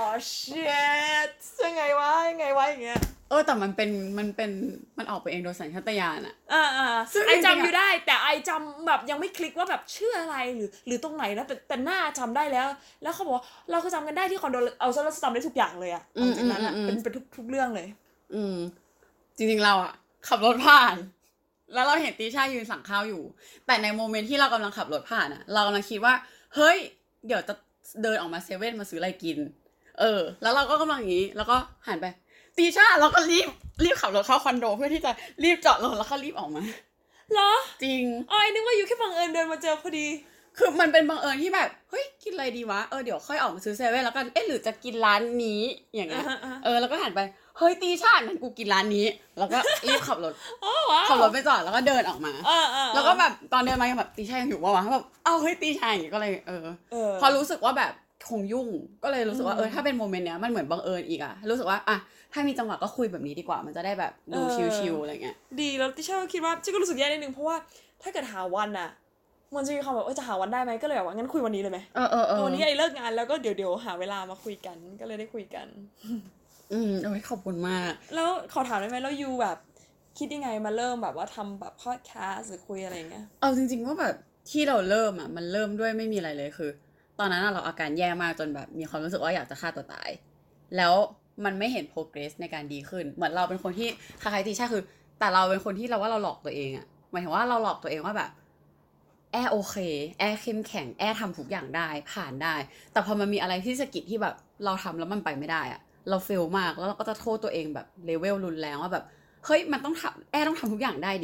shit ยังไงวะอย่างเงี้ยแต่มันออกไปเองโดยสัญชาตญาณไอจำอยู่ได้แต่ไอจำแบบยังไม่คลิกว่าแบบชื่ออะไรหรือตรงไหนนะแต่หน้าจำได้แล้วเขาบอกเราก็จำกันได้ที่คอนโดเอาซะเราจำได้ทุกอย่างเลยจริงๆนั้นเป็นทุกเรื่องเลยจริงๆเราขับรถผ่านแล้วเราเห็นติช่ายืนสั่งข้าวอยู่แต่ในโมเมนต์ที่เรากำลังขับรถผ่านเรากำลังคิดว่าเฮ้ยเดี๋ยวจะเดินออกมาเซเว่นมาซื้ออะไรกินแล้วเราก็กำลังอย่างนี้แล้วก็หันไปติช่าเราก็รีบขับรถเข้าคอนโดเพื่อที่จะรีบจอดรถแล้วก็รีบออกมาเหรอจริงไอ้นึกว่าอยู่แค่บังเอิญเดินมาเจอพอดีคือมันเป็นบังเอิญที่แบบเฮ้ยกินอะไรดีวะเดี๋ยวค่อยออกมาซื้อเซเว่นแล้วกันหรือจะกินร้านนี้อย่างเงี้ยแล้วก็หันไปเฮ้ยติช่างั้นกูกินร้านนี้แล้วก็รีบขับรถขับรถไปจอดแล้วก็เดินออกมาแล้วก็แบบตอนเดินมาแบบติช่ายังอยู่วะแบบเฮ้ยติช่าอย่างงี้ก็เลยพอรู้สึกว่าแบบคงยุ่งก็เลยรู้สึกว่าถ้าเป็นโมเมนต์เนี้ยมันเหมือนบังเอิญอีกรู้สึกว่าถ้ามีจังหวะก็คุยแบบนี้ดีกว่ามันจะได้แบบดูชิลๆอะไรเงี้ยดีแล้วติช่าคิดว่าก็รู้สึกแย่นิดนึงเพราะว่าถ้าเกิดหาวันมันจะมีความแบบจะหาวันได้ไหมก็เลยแบบว่างั้นคุยวันนี้เลยไหมวันนี้ไอ้เลิกงานแล้วก็เดี๋ยวหาเวลามาคุยกันก็เลยได้คุยกันขอบคุณมากแล้วขอถามได้ไหมแล้วยูแบบคิดยังไงมาเริ่มแบบว่าทำแบบพอดแคสต์หรือคุยอะไรเงี้ยเอาจริงๆว่าแบบที่เราเริ่มมันเริ่มด้วยไม่มีอะไรเลยคือตอนนั้นเราอาการแย่มากจนแบบมีความรู้สึกว่าอยากจะฆ่าตัวตายแล้วมันไม่เห็น progress ในการดีขึ้นเหมือนเราเป็นคนที่คล้ายๆติช่าคือแต่เราเป็นคนที่เราว่าเราหลอกตัวเองหมายถึงว่าเราหลอกตัวเองว่าแบบโอเคเข้มแข็งทำทุกอย่างได้ผ่านได้แต่พอมันมีอะไรที่สะกิดที่แบบเราทำแล้วมันไปไม่ได้เราเฟลมากแล้วเราก็จะโทษตัวเองแบบเลเวลรุนแรงว่าแบบเฮ้ยมันต้องทำต้องทำทุกอย่างได้ดิ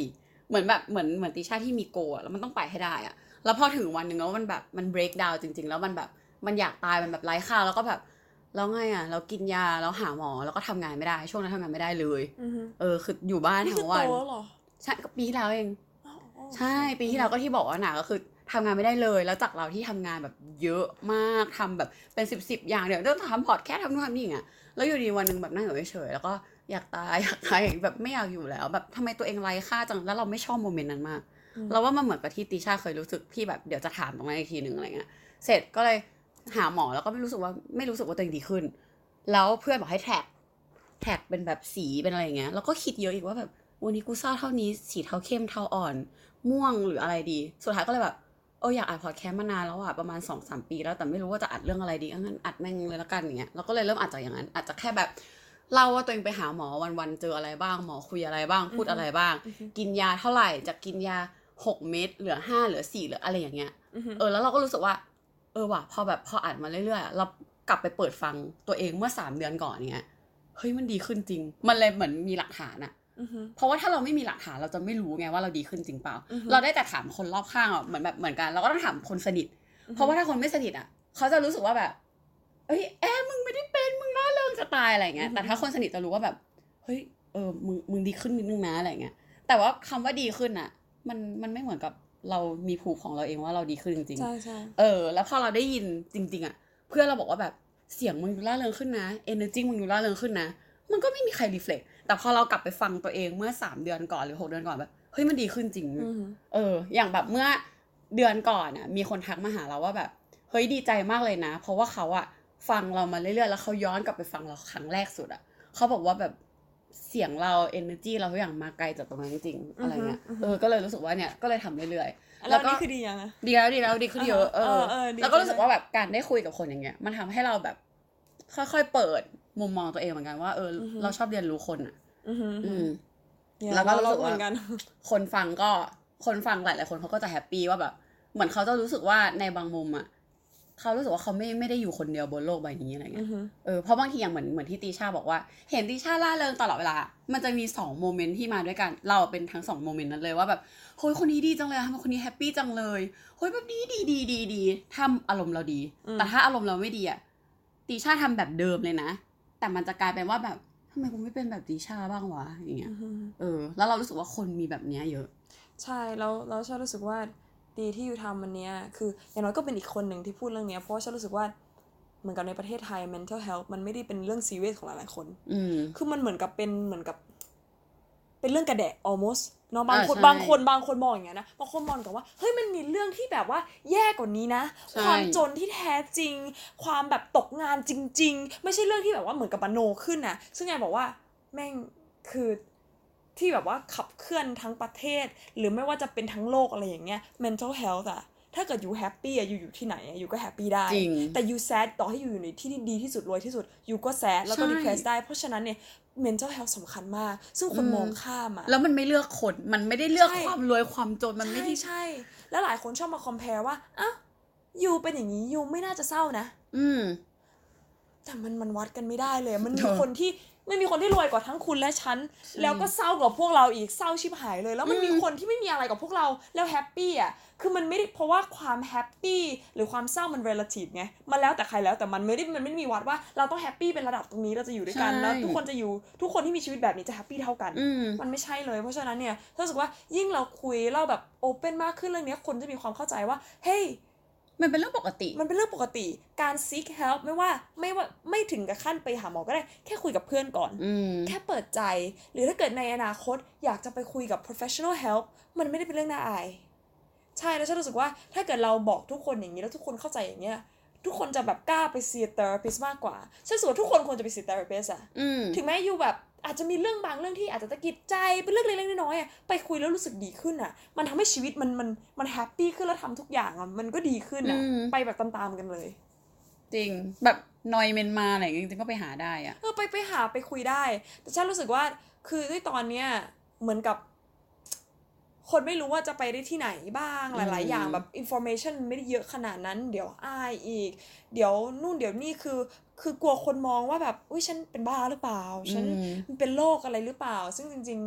เหมือนแบบเหมือนติช่าที่มีโกอะแล้วมันต้องไปให้ได้อะแล้วพอถึงวันหนึ่งแล้วมันแบบมัน break down จริงๆแล้วมันแบบมันอยากตายมันแบบไร้ค่าแล้วก็แบบแล้วไงอะเรากินยาแล้วหาหมอแล้วก็ทำงานไม่ได้ช่วงนั้นทำงานไม่ได้เลยคืออยู่บ้านนี่คืทั้อง โตวันแล้วเหรอใช่ก็ปีที่แล้วเองอ๋อใช่ปีที่แล้วก็ที่บอกว่าหนาก็คือทำงานไม่ได้เลยแล้วจากเราที่ทำงานแบบเยอะมากทำแบบเป็น10อย่างเดี๋ยวต้องทำพอดแคสต์ทำนู่นทำนี่อย่างเงี้ยแล้วอยู่ดีวันหนึ่งแบบนั่งอยู่เฉยๆแล้วก็อยากตายอยากตายแบบไม่อยากอยู่แล้วแบบทำไมตัวเองไร้ค่าจังแล้วเราไม่ชอบโมเมนต์นั้นมากเราว่ามันเหมือนกับที่ติช่าเคยรู้สึกที่แบบเดี๋ยวจะถามตรงนั้นอีกทีหนึ่งอะไรเงี้ยเสร็จก็เลยหาหมอแล้วก็ไม่รู้สึกว่าตัวเองดีขึ้นแล้วเพื่อนบอกให้แท็กเป็นแบบสีเป็นอะไรอย่างเงี้ยแล้วก็คิดเยอะอีกว่าแบบวันนี้กูเศร้าเท่านี้สีเทาเข้มเทาอ่อนม่วงหรืออะไรดีสุดท้ายก็เลยแบบอยากอัดพอดแคสต์มานานแล้วอะประมาณ 2-3 ปีแล้วแต่ไม่รู้ว่าจะอัดเรื่องอะไรดีงั้นอัดแม่งเลยละกันอย่างเงี้ยเราก็เลยเริ่มอัดจากอย่างนั้นอาจจะแค่แบบเล่าว่าตัวเองไปหาหมอวันๆเจออะไรบ้างหมอคุยอะไรบ้างพูดอะไรบ้างกินยาเท่าไหร่จากกินยา6 เม็ดเหลือ5เหลือ4เหลืออะไรอย่างเงี้ยแล้วเราก็รู้สึกว่าว่ะพออัดมาเรื่อยๆเรากลับไปเปิดฟังตัวเองเมื่อ3 เดือนก่อนเงี้ยเฮ้ยมันดีขึ้นจริงมันเลยเหมือนมีหลักฐานอะเพราะว่าถ้าเราไม่มีหลักฐานเราจะไม่รู้ไงว่าเราดีขึ้นจริงเปล่าเราได้แต่ถามคนรอบข้างอ่ะเหมือนกันเราก็ต้องถามคนสนิทเพราะว่าถ้าคนไม่สนิทอ่ะเขาจะรู้สึกว่าแบบมึงไม่ได้เป็นมึงร่าเริงจะตายอะไรเงี้ยแต่ถ้าคนสนิทจะรู้ว่าแบบเฮ้ยมึงดีขึ้นนิดนึงนะอะไรเงี้ยแต่ว่าคำว่าดีขึ้นอ่ะมันไม่เหมือนกับเรามีภูมิของเราเองว่าเราดีขึ้นจริงๆใช่แล้วพอเราได้ยินจริงๆอ่ะเพื่อนเราบอกว่าแบบเสียงมึงดูร่าเริงขึ้นนะ energy มึงดูร่าเริงขึ้นนะมันก็ไม่มีใครรีเฟล็กแต่พอเรากลับไปฟังตัวเองเมื่อ3 เดือนก่อนหรือ6 เดือนก่อนแบบเฮ้ยมันดีขึ้นจริงอย่างแบบเมื่อเดือนก่อนอ่ะมีคนทักมาหาเราว่าแบบเฮ้ยดีใจมากเลยนะเพราะว่าเขาอ่ะฟังเรามาเรื่อยๆแล้วเขาย้อนกลับไปฟังเราครั้งแรกสุดอ่ะเขาบอกว่าแบบเสียงเรา energy เราทุกอย่างมาไกลจากตรงนั้นจริงๆอะไรเงี้ยก็เลยรู้สึกว่าเนี่ยก็เลยทำเรื่อยๆแล้วก็นี่คือดียังไงดีแล้วดีขึ้นเยอะแล้วก็รู้สึกว่าแบบการได้คุยกับคนอย่างเงี้ยมันทำให้เราแบบค่อยๆเปิดมุมมองตัวเองเหมือนกันว่าเราชอบเรียนรู้คนอ่ะแล้วก็รู้สึกว่าคนฟังหลายๆคนเขาก็จะแฮปปี้ว่าแบบเหมือนเขาจะรู้สึกว่าในบางมุมอ่ะเขารู้สึกว่าเขาไม่ได้อยู่คนเดียวบนโลกใบนี้อะไรเงี้ยเพราะบางทีอย่างเหมือนที่ติช่าบอกว่าเห็นติช่าล่าเริงตลอดเวลามันจะมี2 โมเมนต์ที่มาด้วยกันเราเป็นทั้ง2 โมเมนต์นั้นเลยว่าแบบเฮ้ยคนนี้ดีจังเลยทำไมคนนี้แฮปปี้จังเลยเฮ้ยแบบดีถ้าอารมณ์เราดีแต่ถ้าอารมณ์เราไม่ดีอ่ะติช่าทำแบบเดิมเลยนะแต่มันจะกลายเป็นว่าแบบทำไมกูไม่เป็นแบบติช่าบ้างวะอย่างเงี้ยแล้วเรารู้สึกว่าคนมีแบบนี้เยอะใช่แล้วชอบรู้สึกว่าดีที่อยู่ทำวันนี้คืออย่างน้อยก็เป็นอีกคนหนึ่งที่พูดเรื่องนี้เพราะว่าฉันรู้สึกว่าเหมือนกับในประเทศไทย mental health มันไม่ได้เป็นเรื่องซีเรียสของหลายๆคนคือมันเหมือนกับเป็นเรื่องกระแดะ almost เนาะบางคนมองอย่างเงี้ยนะบางคนมองกับว่าเฮ้ยมันมีเรื่องที่แบบว่าแย่กว่านี้นะความจนที่แท้จริงความแบบตกงานจริงๆไม่ใช่เรื่องที่แบบว่าเหมือนกับมโนขึ้นนะซึ่งไงบอกว่าแม่งคือที่แบบว่าขับเคลื่อนทั้งประเทศหรือไม่ว่าจะเป็นทั้งโลกอะไรอย่างเงี้ย mental health อะถ้าเกิดอยู่แฮปปี้อะอยู่ที่ไหนอยู่ก็แฮปปี้ได้แต่อยู่แซดต่อให้อยู่ในที่ดีที่สุดรวยที่สุดอยู่ก็แซดแล้วก็ depressed ได้เพราะฉะนั้นเนี่ย mental health สำคัญมากซึ่งคนมองข้ามอะแล้วมันไม่เลือกคนมันไม่ได้เลือกความรวยความจนมันไม่ได้ใช่แล้วหลายคนชอบมา compare ว่าอ้าวอยู่เป็นอย่างนี้อยู่ไม่น่าจะเศร้านะแต่มันวัดกันไม่ได้เลยมันมีคนที่รวยกว่าทั้งคุณและฉันแล้วก็เศร้ากว่าพวกเราอีกเศร้าชิบหายเลยแล้วมันมีคนที่ไม่มีอะไรกับพวกเราแล้วแฮปปี้อ่ะคือมันไม่ได้เพราะว่าความแฮปปี้หรือความเศร้ามัน relative ไงมันแล้วแต่ใครแล้วแต่มันไม่ได้มีวัดว่าเราต้องแฮปปี้เป็นระดับตรงนี้เราจะอยู่ด้วยกันแล้วทุกคนที่มีชีวิตแบบนี้จะแฮปปี้เท่ากันมันไม่ใช่เลยเพราะฉะนั้นเนี่ยรู้สึกว่ายิ่งเราคุยเราแบบโอเพ่นมากขึ้นเรื่องนี้คนจะมีความเข้าใจว่าเฮ้ยมันเป็นเรื่องปกติการ seek help ไม่ถึงกับขั้นไปหาหมอก็ได้แค่คุยกับเพื่อนก่อนแค่เปิดใจหรือถ้าเกิดในอนาคตอยากจะไปคุยกับ professional help มันไม่ได้เป็นเรื่องน่าอายใช่แล้วฉันรู้สึกว่าถ้าเกิดเราบอกทุกคนอย่างนี้แล้วทุกคนเข้าใจอย่างเงี้ยทุกคนจะแบบกล้าไป see a therapist มากกว่าฉันรู้สึกว่าทุกคนควรจะไป see therapist อะถึงแม้อยู่แบบอาจจะมีเรื่องบางเรื่องที่อาจจะตะกิดใจเป็นเรื่องเล็กๆน้อยๆอ่ะไปคุยแล้วรู้สึกดีขึ้นอ่ะมันทำให้ชีวิตมันแฮปปี้ขึ้นแล้วทำทุกอย่างอ่ะมันก็ดีขึ้นอ่ะไปแบบตามๆกันเลยจริงแบบนอยเมนมาอะไรจริงๆก็ไปหาได้อ่ะไปคุยได้แต่ฉันรู้สึกว่าคือด้วยตอนเนี้ยเหมือนกับคนไม่รู้ว่าจะไปได้ที่ไหนบ้างหลายๆอย่างแบบ information ไม่ได้เยอะขนาดนั้นเดี๋ยวอายอีกเดี๋ยวนู่นเดี๋ยวนี่คือกลัวคนมองว่าแบบอุ๊ยฉันเป็นบ้าหรือเปล่าฉันเป็นโรคอะไรหรือเปล่าซึ่งจริงๆเนี่ยโอ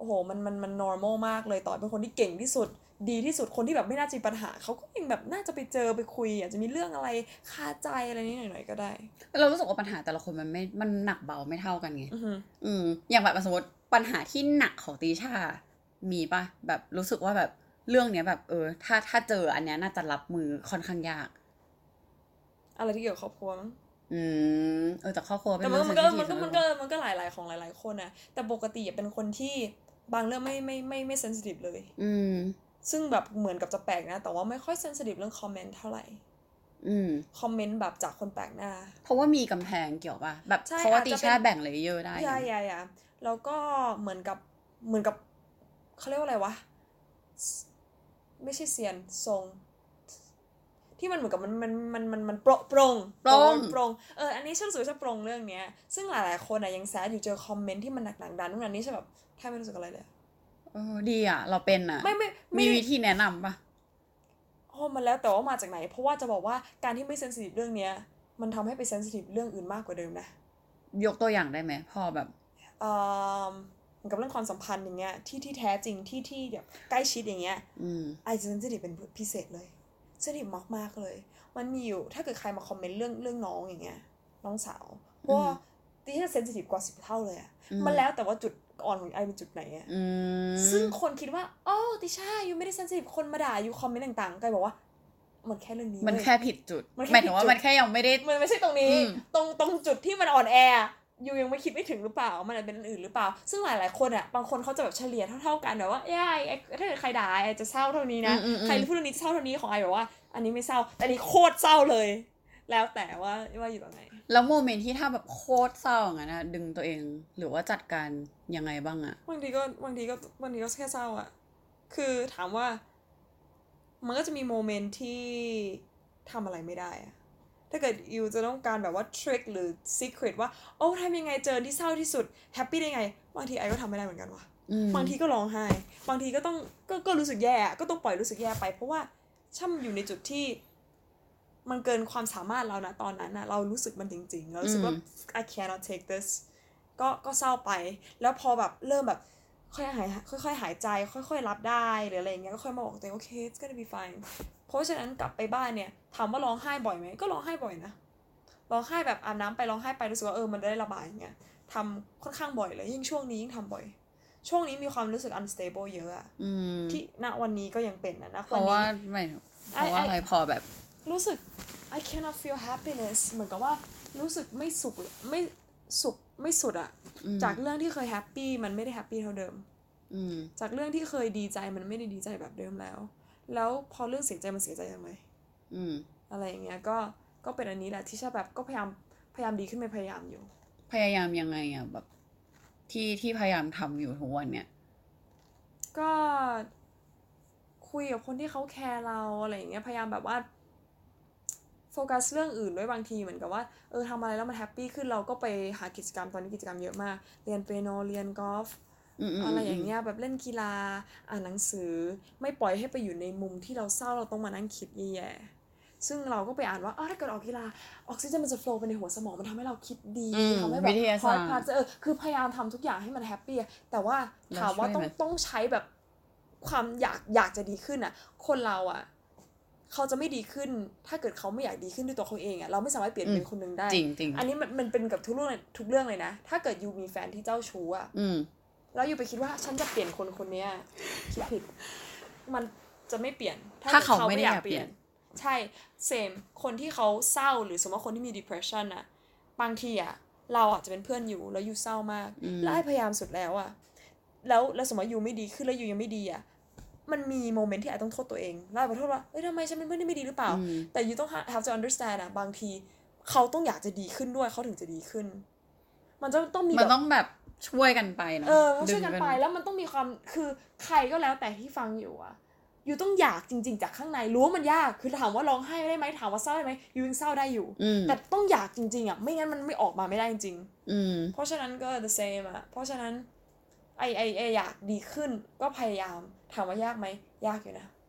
โอ้โหมัน normal มากเลยต่อเป็นคนที่เก่งที่สุดดีที่สุดคนที่แบบไม่น่าจะมีปัญหาเขาก็ยังแบบน่าจะไปเจอไปคุยอาจจะมีเรื่องอะไรคาใจอะไรนิดหน่อยๆก็ได้เรารู้สึกว่าปัญหาแต่ละคนมันหนักเบาไม่เท่ากันไงอือฮึอย่างแบบสมมติปัญหาที่หนักของติช่ามีป่ะแบบรู้สึกว่าแบบเรื่องเนี้ยแบบถ้าเจออันเนี้ยน่าจะรับมือค่อนข้างยากอะไรที่เกี่ยวกับครอบครัวมั้งแต่ครอบครัวเป็แต่นมัเรื่นองเซนซิทีฟมันก็หลายๆของหลายๆคนนะแต่ปกติเป็นคนที่บางเรื่องไม่เซนซิทีฟเลยซึ่งแบบเหมือนกับจะแปลกนะแต่ว่าไม่ค่อยเซนซิทีฟเรื่องคอมเมนต์เท่าไหร่คอมเมนต์แบบจากคนแปลกหน้าเพราะว่ามีกำแพงเกี่ยวป่ะแบบเพราะว่าติช่าแบ่งเลเยอร์ได้ใช่แล้วก็เหมือนกับเขาเรียกว่าอะไรวะไม่ใช่เซียนทรงที่มันเหมือนกับมันโปร่งอันนี้ฉันรู้สึกว่าฉันโปร่งเรื่องเนี้ยซึ่งหลายๆคนอะยังแซดอยู่เจอคอมเมนต์ที่มันหนักดันนู่นนั่นนี่ใช่แบบแทบไม่รู้สึกอะไรเลยดีอ่ะเราเป็นอ่ะมีวิธีแนะนำป่ะมันแล้วแต่ว่ามาจากไหนเพราะว่าจะบอกว่าการที่ไม่เซนซิทีฟเรื่องเนี้ยมันทำให้ไปเซนซิทีฟเรื่องอื่นมากกว่าเดิมนะยกตัวอย่างได้ไหมพอแบบเหมือนกับเรื่องความสัมพันธ์อย่างเงี้ยที่แท้จริงที่แบบใกล้ชิดอย่างเงี้ยไอเซนซิทีฟเป็นพิเศษเลยเซนซิทีฟมากๆเลยมันมีอยู่ถ้าเกิดใครมาคอมเมนต์เรื่องน้องอย่างเงี้ยน้องสาวเพราะดิฉันเซนซิทีฟกว่า10 เท่าเลยอะมันแล้วแต่ว่าจุดอ่อนของไอเป็นจุดไหนอะซึ่งคนคิดว่าติช่ายูไม่ได้เซนซิทีฟคนมาด่ายูคอมเมนต์ต่างๆก็บอกว่ามันแค่เรื่องนี้มันแค่ผิดจุดหมายถึงว่ามันแค่ยังไม่ได้มันไม่ใช่ตรงนี้ตรงจุดที่มันอ่อนแอยูยังไม่คิดไม่ถึงหรือเปล่ามันอาจเป็นอื่นหรือเปล่าซึ่งหลายๆคนบางคนเขาจะแบบเฉลี่ยเท่ากันแบบว่าถ้าเกิดใครด่าไอจะเศร้าเท่านี้นะใครพูดเรื่องนี้เศร้าเท่านี้ของไอแบบว่าอันนี้ไม่เศร้าแต่อันนี้โคตรเศร้าเลยแล้วแต่ว่าอยู่ตรงไหนแล้วโมเมนต์ที่ถ้าแบบโคตรเศร้าอย่างนั้นนะดึงตัวเองหรือว่าจัดการยังไงบ้างอะบางทีก็แค่เศร้าอะคือถามว่ามันก็จะมีโมเมนต์ที่ทำอะไรไม่ได้อะถ้าเกิดยูจะต้องการแบบว่าทริคหรือซีเครตว่าทำยังไงเจอที่เศร้าที่สุดแฮปปี้ได้ไงบางทีไอก็ทำไม่ได้เหมือนกันว่ะบางทีก็ร้องไห้บางทีก็ต้องก็รู้สึกแย่ก็ต้องปล่อยรู้สึกแย่ไปเพราะว่าช่ำอยู่ในจุดที่มันเกินความสามารถเรานะตอนนั้นนะเรารู้สึกมันจริงๆเรารู้สึกว่า I cannot take this ก็เศร้าไปแล้วพอแบบเริ่มแบบค่อยหายใจค่อยรับได้หรืออะไรอย่างเงี้ยก็ค่อยมาบอกตัวเองโอเค it's gonna be fine เพราะฉะนั้นกลับไปบ้านเนี่ยถามว่าร้องไห้บ่อยไหมก็ร้องไห้บ่อยนะร้องไห้แบบอาบน้ำไปร้องไห้ไปรู้สึกว่ามันได้ระบายอย่างเงี้ยทำค่อนข้างบ่อยเลยยิ่งช่วงนี้ยิ่งทำบ่อยช่วงนี้มีความรู้สึก unstable เยอะอะที่ณวันนี้ก็ยังเป็นนะเพราะว่าอะไรพอแบบรู้สึก I cannot feel happiness เหมือนกับว่ารู้สึกไม่สุขไม่สุดอะจากเรื่องที่เคยแฮปปี้มันไม่ได้แฮปปี้เท่าเดิมจากเรื่องที่เคยดีใจมันไม่ได้ดีใจแบบเดิมแล้วพอเรื่องเสียใจมันเสียใจทำไมอะไรอย่างเงี้ยก็เป็นอันนี้แหละที่ชอบแบบก็พยายามดีขึ้นไปพยายามอยู่พยายามยังไงอะแบบที่พยายามทำอยู่ทุกวันเนี่ยก็คุยกับคนที่เขาแคร์เราอะไรอย่างเงี้ยพยายามแบบว่าโฟกัสเรื่องอื่นด้วยบางทีเหมือนกับว่าทำอะไรแล้วมันแฮปปี้ขึ้นเราก็ไปหากิจกรรมตอนนี้กิจกรรมเยอะมากเรียนเปียโนเรียนกอล์ฟอะไรอย่างเงี้ยแบบเล่นกีฬาอ่านหนังสือไม่ปล่อยให้ไปอยู่ในมุมที่เราเศร้าเราต้องมานั่งคิดแย่ๆซึ่งเราก็ไปอ่านว่าถ้าเกิดออกกีฬาออกซิเจนมันจะโฟลว์ไปในหัวสมองมันทำให้เราคิดดีทำให้แบบฮอร์ทพาร์ทคือพยายามทำทุกอย่างให้มันแฮปปี้แต่ว่าถามว่าต้องใช้แบบความอยากจะดีขึ้นอ่ะคนเราอ่ะเขาจะไม่ดีขึ้นถ้าเกิดเขาไม่อยากดีขึ้นด้วยตัวเขาเองอ่ะเราไม่สามารถเปลี่ยนเป็นคนนึงได้จริงอันนี้มันเป็นกับทุกเรื่องเลยนะถ้าเกิดยูมีแฟนที่เจ้าชู้อ่ะแล้วยูไปคิดว่าฉันจะเปลี่ยนคนนี้คิดผิดมันจะไม่เปลี่ยนถ้าเขาไม่ได้อยากเปลี่ยนใช่เซมคนที่เขาเศร้าหรือสมมติคนที่มี depression อ่ะบางทีอ่ะเราอาจจะเป็นเพื่อนอยู่แล้วยูเศร้ามากแล้วพยายามสุดแล้วอ่ะแล้วสมมติยูไม่ดีขึ้นแล้วยูยังไม่ดีอ่ะมันมีโมเมนต์ที่อาจต้องโทษตัวเองแล้วไปโทษว่าทำไมฉันเป็นเพื่อนที่ไม่ดีหรือเปล่าแต่ยูต้อง have to understand บางทีเขาต้องอยากจะดีขึ้นด้วยเขาถึงจะดีขึ้นมันจะต้องมีมันต้องแบบช่วยกันไปนะช่วยกันไปแล้วมันต้องมีความคือใครก็แล้วแต่ที่ฟังอยู่อะยูต้องอยากจริงๆจากข้างในรู้ว่ามันยากคือถามว่าร้องไห้ได้ไหมถามว่าเศร้าได้ไหมยูยังเศร้าได้อยู่แต่ต้องอยากจริงๆอะไม่งั้นมันไม่ออกมาไม่ได้จริงเพราะฉะนั้นก็ the same อะเพราะฉะนั้นไออยากดีขึ้นก็พยายามถามว่ายากไหมยากอยู่นะ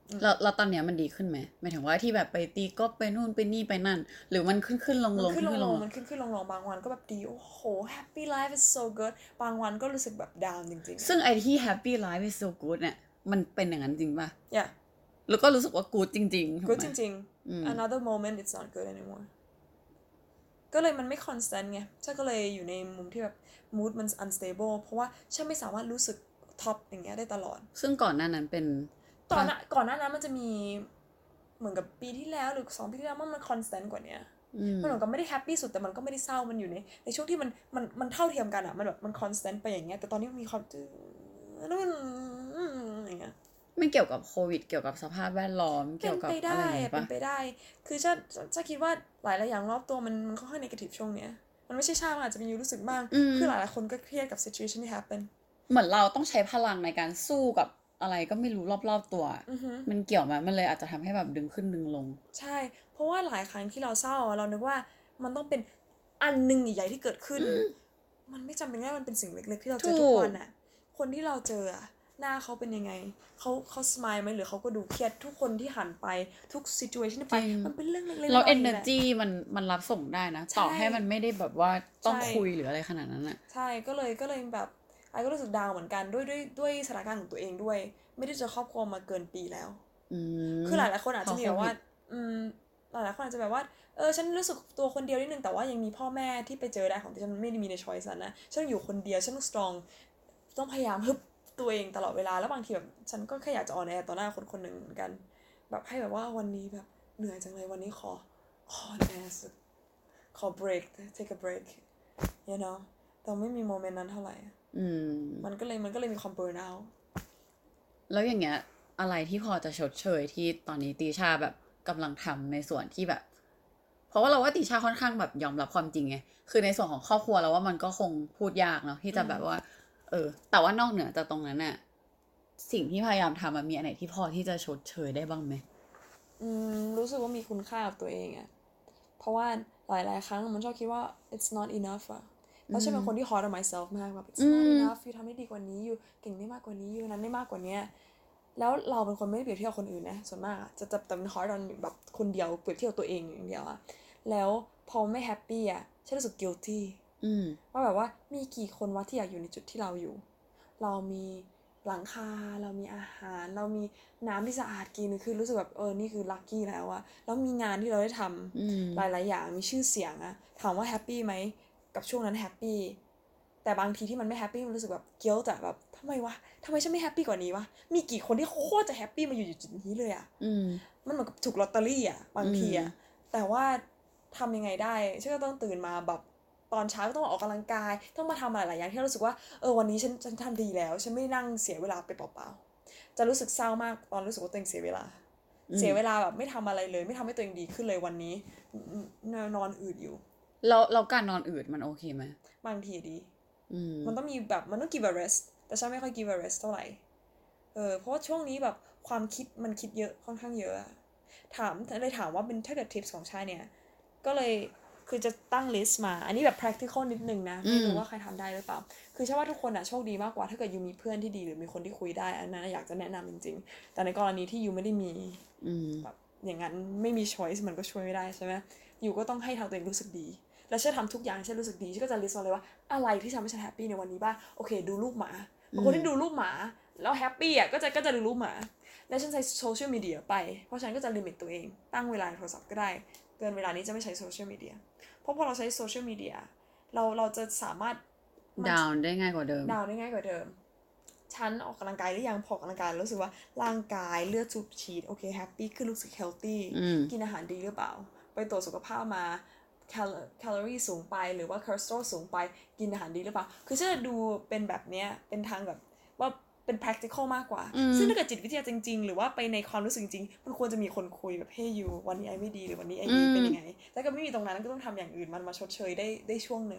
แล้วตอนเนี้ยมันดีขึ้นไหมหมายถึงว่าที่แบบไปตีก็ไปนู่นไปนี่ไปนั่นหรือมันขึ้นลงมันขึ้นลขึ้นลงงๆมันขึ้นลงๆบางวันก็แบบดีโอ้โห happy life is so good บางวันก็รู้สึกแบบดาวจริงๆซึ่งไอ้ที่ happy life is so good เนี่ยมันเป็นอย่างนั้นจริงป่ะ yeah แล้วก็รู้สึกว่า good จริงๆถูก good ไหมจริงๆ another moment it's not good anymore ก็เลยมันไม่ constant ไงฉันก็เลยอยู่ในมุมที่แบบ mood มัน unstable เพราะว่าฉันไม่สามารถรู้สึกท็อปอย่างเงี้ยได้ตลอดซึ่งก่อนหน้านั้นเป็นก่อนหน้านั้นมันจะมีเหมือนกับปีที่แล้วหรือ2 ปีที่แล้วมัน constant กว่านี้มันเหมือนกับไม่ได้แฮปปี้สุดแต่มันก็ไม่ได้เศร้ามันอยู่ในช่วงที่มันเท่าเทียมกันอะมันแบบมัน constant ไปอย่างเงี้ยแต่ตอนนี้มันมีความแล้วมันอย่างเงี้ยไม่เกี่ยวกับโควิดเกี่ยวกับสภาพแวดล้อมเกี่ยวกับอะไรอย่างเงี้ยเป็ปะนไปได้คือฉันคิดว่าหลายอย่างรอบตัวมันค่อนข้าง negative ช่วงเนี้ยมันไม่ใช่ชามันอาจจะเป็นยูรู้สึกบ้างคือหลายคนก็เครียดกับ situation ที่ happen เหมือนเราต้องใช้พลังในการสู้กับอะไรก็ไม่รู้รอบๆตัวมันเกี่ยวไหมมันเลยอาจจะทำให้แบบดึงขึ้นดึงลงใช่เพราะว่าหลายครั้งที่เราเศร้าเรานึกว่ามันต้องเป็นอันหนึ่งใหญ่ๆที่เกิดขึ้นมันไม่จำเป็นว่ามันเป็นสิ่งเล็กๆที่เราเจอทุกวันน่ะคนที่เราเจอหน้าเขาเป็นยังไงเขาสมายไหมหรือเขาก็ดูเครียดทุกคนที่หันไปทุก situation ที่ไปมันเป็นเรื่องเล็กๆแล้ว energy มันรับส่งได้นะต่อให้มันไม่ได้แบบว่าต้องคุยหรืออะไรขนาดนั้นน่ะใช่ก็เลยแบบไอ้ก็รู้สึกดาวเหมือนกันด้วยสถานการณ์ของตัวเองด้วยไม่ได้เจอครอบครัวมาเกินปีแล้วคือหลายคนอาจจะมีแบบว่าหลายคนอาจจะแบบว่าฉันรู้สึกตัวคนเดียวนิดนึงแต่ว่ายังมีพ่อแม่ที่ไปเจอได้ของที่ฉันไม่ได้มีใน choice นะฉันอยู่คนเดียวฉันต้อง strong ต้องพยายามฮึบตัวเองตลอดเวลาแล้วบางทีแบบฉันก็แค่อยากจะออนแอร์ต่อหน้าคนหนึ่งเหมือนกันแบบให้แบบว่าวันนี้แบบเหนื่อยจังเลยวันนี้ขอออนแอร์ขอ break take a break you know แต่ไม่มีโมเมนต์นั้นเท่าไหร่มันก็เลยมีความ burn out แล้วอย่างเงี้ยอะไรที่พอจะชดเชยที่ตอนนี้ตีชาแบบกำลังทำในส่วนที่แบบเพราะว่าเราว่าตีชาค่อนข้างแบบยอมรับความจริงไงคือในส่วนของครอบครัวเราว่ามันก็คงพูดยากเนาะที่จะแบบว่าแต่ว่านอกเหนือจากตรงนั้นน่ะสิ่งที่พยายามทำมีอันไหนที่พอที่จะชดเชยได้บ้างไหมรู้สึกว่ามีคุณค่ากับตัวเองอะเพราะว่าหลายๆครั้งมันชอบคิดว่า it's not enough อะแล้วฉันเป็นคนที่ hard on myself มากแบบ it's not enough อยู่ทำได้ดีกว่านี้อยู่เก่งได้มากกว่านี้อยู่นั้นได้มากกว่านี้แล้วเราเป็นคนไม่ได้เปรียบเทียบคนอื่นนะส่วนมากจะเป็น hard on แบบคนเดียวเปรียบเทียบตัวเองอย่างเดียวอะแล้วพอไม่แฮปปี้อะฉันรู้สึก guilty ว่าแบบว่ามีกี่คนวะที่อยากอยู่ในจุดที่เราอยู่เรามีหลังคาเรามีอาหารเรามีน้ำที่สะอาดกินคือรู้สึกแบบนี่คือลัคกี้แล้วอะแล้วมีงานที่เราได้ทำหลายๆอย่างมีชื่อเสียงอะถามว่าแฮปปี้ไหมกับช่วงนั้นแฮปปี้แต่บางทีที่มันไม่แฮปปี้มันรู้สึกแบบเกี้ยวแต่แบบทำไมฉันไม่แฮปปี้กว่านี้วะมีกี่คนที่โคตรจะแฮปปี้มาอยู่จุดนี้เลยอะมันเหมือนกับถูกลอตเตอรี่อะบางทีอะแต่ว่าทำยังไงได้ฉันก็ต้องตื่นมาแบบตอนเช้าก็ต้องออกกำลังกายต้องมาทำอะไรหลายอย่างที่รู้สึกว่าวันนี้ฉันทำดีแล้วฉันไม่นั่งเสียเวลาไปเปล่าๆจะรู้สึกเศร้ามากตอนรู้สึกว่าตัวเองเสียเวลาแบบไม่ทำอะไรเลยไม่ทำให้ตัวเองดีขึ้นเลยวันนี้นอนอืดอยู่แล้วการนอนอืดมันโอเคไหมบางทีดีมันต้องมีแบบมันต้อง give a rest แต่ฉันไม่ค่อย give a rest เท่าไหร่เพราะว่าช่วงนี้แบบความคิดมันคิดเยอะค่อนข้างเยอะถามว่าเป็นถ้าเกิด tips ของชายเนี่ยก็เลยคือจะตั้ง list มาอันนี้แบบ practical นิดนึงนะไม่รู้ว่าใครทำได้หรือเปล่าคือเชื่อว่าทุกคนโชคดีมากกว่าถ้าเกิดยูมีเพื่อนที่ดีหรือมีคนที่คุยได้อันนั้นอยากจะแนะนำจริงๆแต่ในกรณีที่ยูไม่ได้มีแบบอย่างนั้นไม่มี choice มันก็ช่วยไม่ได้ใช่ไหมยูก็ต้องให้ทางตัวเองรู้สึกดีแล้วฉันทำทุกอย่างฉันรู้สึกดีฉันก็จะ list มาเลยว่าอะไรที่ทำให้ฉันแฮปปี้ในวันนี้บ้างโอเคดูรูปหมาบางคนที่ดูรูปหมาแล้วแฮปปี้ก็จะดูรูปหมาแล้วฉันใช้โซเชียลมีเดียไปเพราะฉันก็จะลิมิตตัวเองตั้งเวลาโทรศัพท์ก็ได้เกินเวลานี้จะไม่ใช้โซเชียลมีเดียเพราะพอเราใช้โซเชียลมีเดียเราจะสามารถดาวน์ได้ง่ายกว่าเดิมฉันออกกำลังกายหรือยังพอออกกำลังกายรู้สึกว่าร่างกายเลือดสูบฉีดโอเคแฮปปี้คือรู้สึกเฮลตี้กินอาหารดีหรือเปล่าไปตรวจสุขภาพมาแคลอรี่สูงไปหรือว่าคอเลสเตอรอลสูงไปกินอาหารดีหรือเปล่าคือฉันจะดูเป็นแบบเนี้ยเป็นทางแบบว่าเป็น practical มากกว่าซึ่งถ้าเกิดจิตวิทยาจริงๆหรือว่าไปในความรู้สึกจริงๆมันควรจะมีคนคุยแบบhey youวันนี้ไอไม่ดีหรือวันนี้ไอดีเป็นยังไงแต่ก็ไม่มีตรงนั้นก็ต้องทำอย่างอื่นมันมาชดเชยได้ช่วงนึง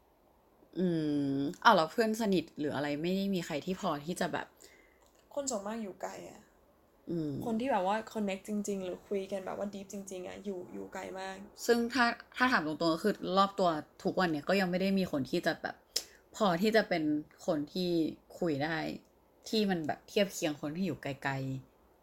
แล้วเพื่อนสนิทหรืออะไรไม่ได้มีใครที่พอที่จะแบบคนส่วนมากอยู่ไกลคนที่แบบว่า connect จริงๆหรือคุยกันแบบว่า deep จริงๆอยู่ไกลมากซึ่งถ้าถามตรงๆก็คือรอบตัวทุกวันเนี่ยก็ยังไม่ได้มีคนที่จะแบบพอที่จะเป็นคนที่คุยได้ที่มันแบบเทียบเคียงคนที่อยู่ไกล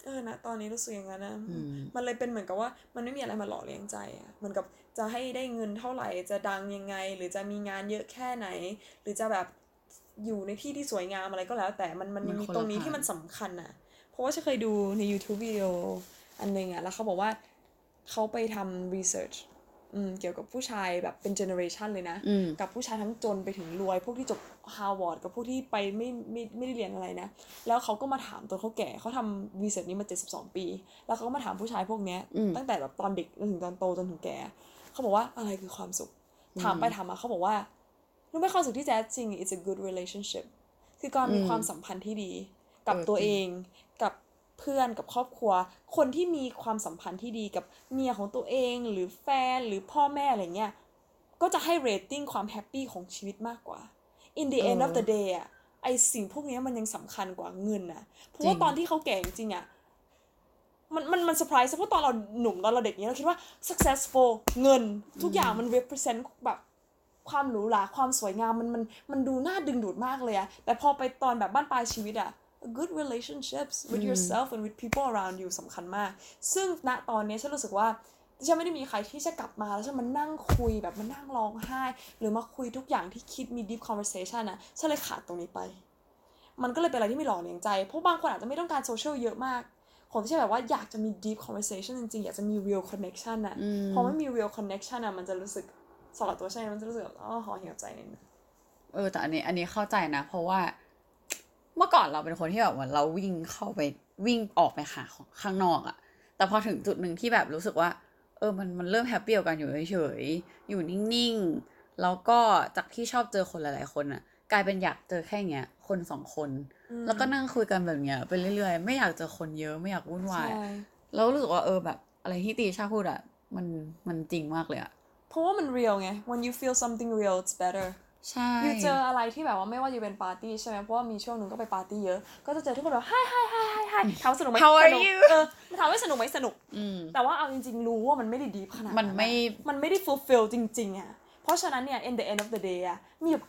นะตอนนี้รู้สึกอย่างนั้นนะอืมมันเลยเป็นเหมือนกับว่ามันไม่มีอะไรมาหล่อเลี้ยงใจอ่ะเหมือนกับจะให้ได้เงินเท่าไหร่จะดังยังไง หรือจะมีงานเยอะแค่ไหน หรือจะแบบอยู่ในที่ที่สวยงามอะไรก็แล้ว แต่มันยังมีตรงนี้ที่มันสำคัญอ่ะเพราะว่าฉันเคยดูใน YouTube วิดีโออันนึงอ่ะแล้วเขาบอกว่าเขาไปทำ research เกี่ยวกับผู้ชายแบบเป็น generation เลยนะ กับผู้ชายทั้งจนไปถึงรวยพวกที่จบ Harvard กับพวกที่ไปไม่ได้เรียนอะไรนะแล้วเขาก็มาถามตอนเขาแก่เขาทำ research นี้มา72 ปีแล้วเขาก็มาถามผู้ชายพวกเนี้ยตั้งแต่แบบตอนเด็กจนถึงตอนโตจนถึงแก่เขาบอกว่าอะไรคือความสุขถามไปถามมาเขาบอกว่ารู้ไหมความสุขที่แท้จริง it's a good relationship คือการมีความสัมพันธ์ที่ดีกับตัวเองกับเพื่อนกับครอบครัวคนที่มีความสัมพันธ์ที่ดีกับเมียของตัวเองหรือแฟนหรือพ่อแม่อะไรเงี้ยก็จะให้เรตติ้งความแฮปปี้ของชีวิตมากกว่า in the end of the day อะไอสิ่งพวกนี้มันยังสำคัญกว่าเงินนะเพราะว่าตอนที่เขาแก่จริงๆอะมันเซอร์ไพรส์เพราะตอนเราหนุ่มตอนเราเด็กเนี้ยเราคิดว่า successful เงินทุกอย่างมัน represent แบบความหรูหราความสวยงามมันดูน่าดึงดูดมากเลยอะแต่พอไปตอนแบบบ้านปลายชีวิตอะ good relationships with yourself and with people around you สำคัญมากซึ่งณตอนนี้ฉันรู้สึกว่าฉันไม่ได้มีใครที่จะกลับมาแล้วฉันมานั่งคุยแบบมานั่งร้องไห้หรือมาคุยทุกอย่างที่คิดมี deep conversation นะฉันเลยขาดตรงนี้ไปมันก็เลยเป็นอะไรที่ไม่หล่อเลี้ยงใจเพราะบางคนอาจจะไม่ต้องการโซเชียลเยอะมากคนที่แบบว่าอยากจะมี deep conversation จริงๆอยากจะมี real connection น่ะพอไม่มี real connection น่ะมันจะรู้สึกสำหรับตัวฉันมันจะรู้สึกห่อเหี่ยวใจนิดนึงแต่อันนี้เข้าใจนะเพราะว่าเมื่อก่อนเราเป็นคนที่แบบเหมือนเราวิ่งเข้าไปวิ่งออกไปหาข้างนอกอะแต่พอถึงจุดหนึ่งที่แบบรู้สึกว่ามันเริ่มแฮปปี้กับการอยู่เฉยๆอยู่นิ่งๆแล้วก็จากที่ชอบเจอคนหลายๆคนอะกลายเป็นอยากเจอแค่เงี้ยคน2 คนแล้วก็นั่งคุยกันแบบเนี้ยไปเรื่อยๆไม่อยากเจอคนเยอะไม่อยากวุ่นวายแล้วรู้สึกว่าแบบอะไรที่ตีชาพูดอะมันจริงมากเลยอะเพราะว่ามัน real ไง when you feel something real it's better ใช่อยู่เจออะไรที่แบบว่าไม่ว่าจะเป็นปาร์ตี้ใช่ไหมเพราะว่ามีช่วงหนึ่งก็ไปปาร์ตี้เยอะก็จะเจอทุกคนแบบ hi ถามสนุกไหม How are สนุก you ถามว่าสนุกไหมสนุกแต่ว่าเอาจริงๆรู้ว่ามันไม่ได้ดีขนาดนั้นมันไม่ได้ fulfill จริงๆอ่ะเพราะฉะนั้นเนี่ย in the end of the day อ่ะมีแบบ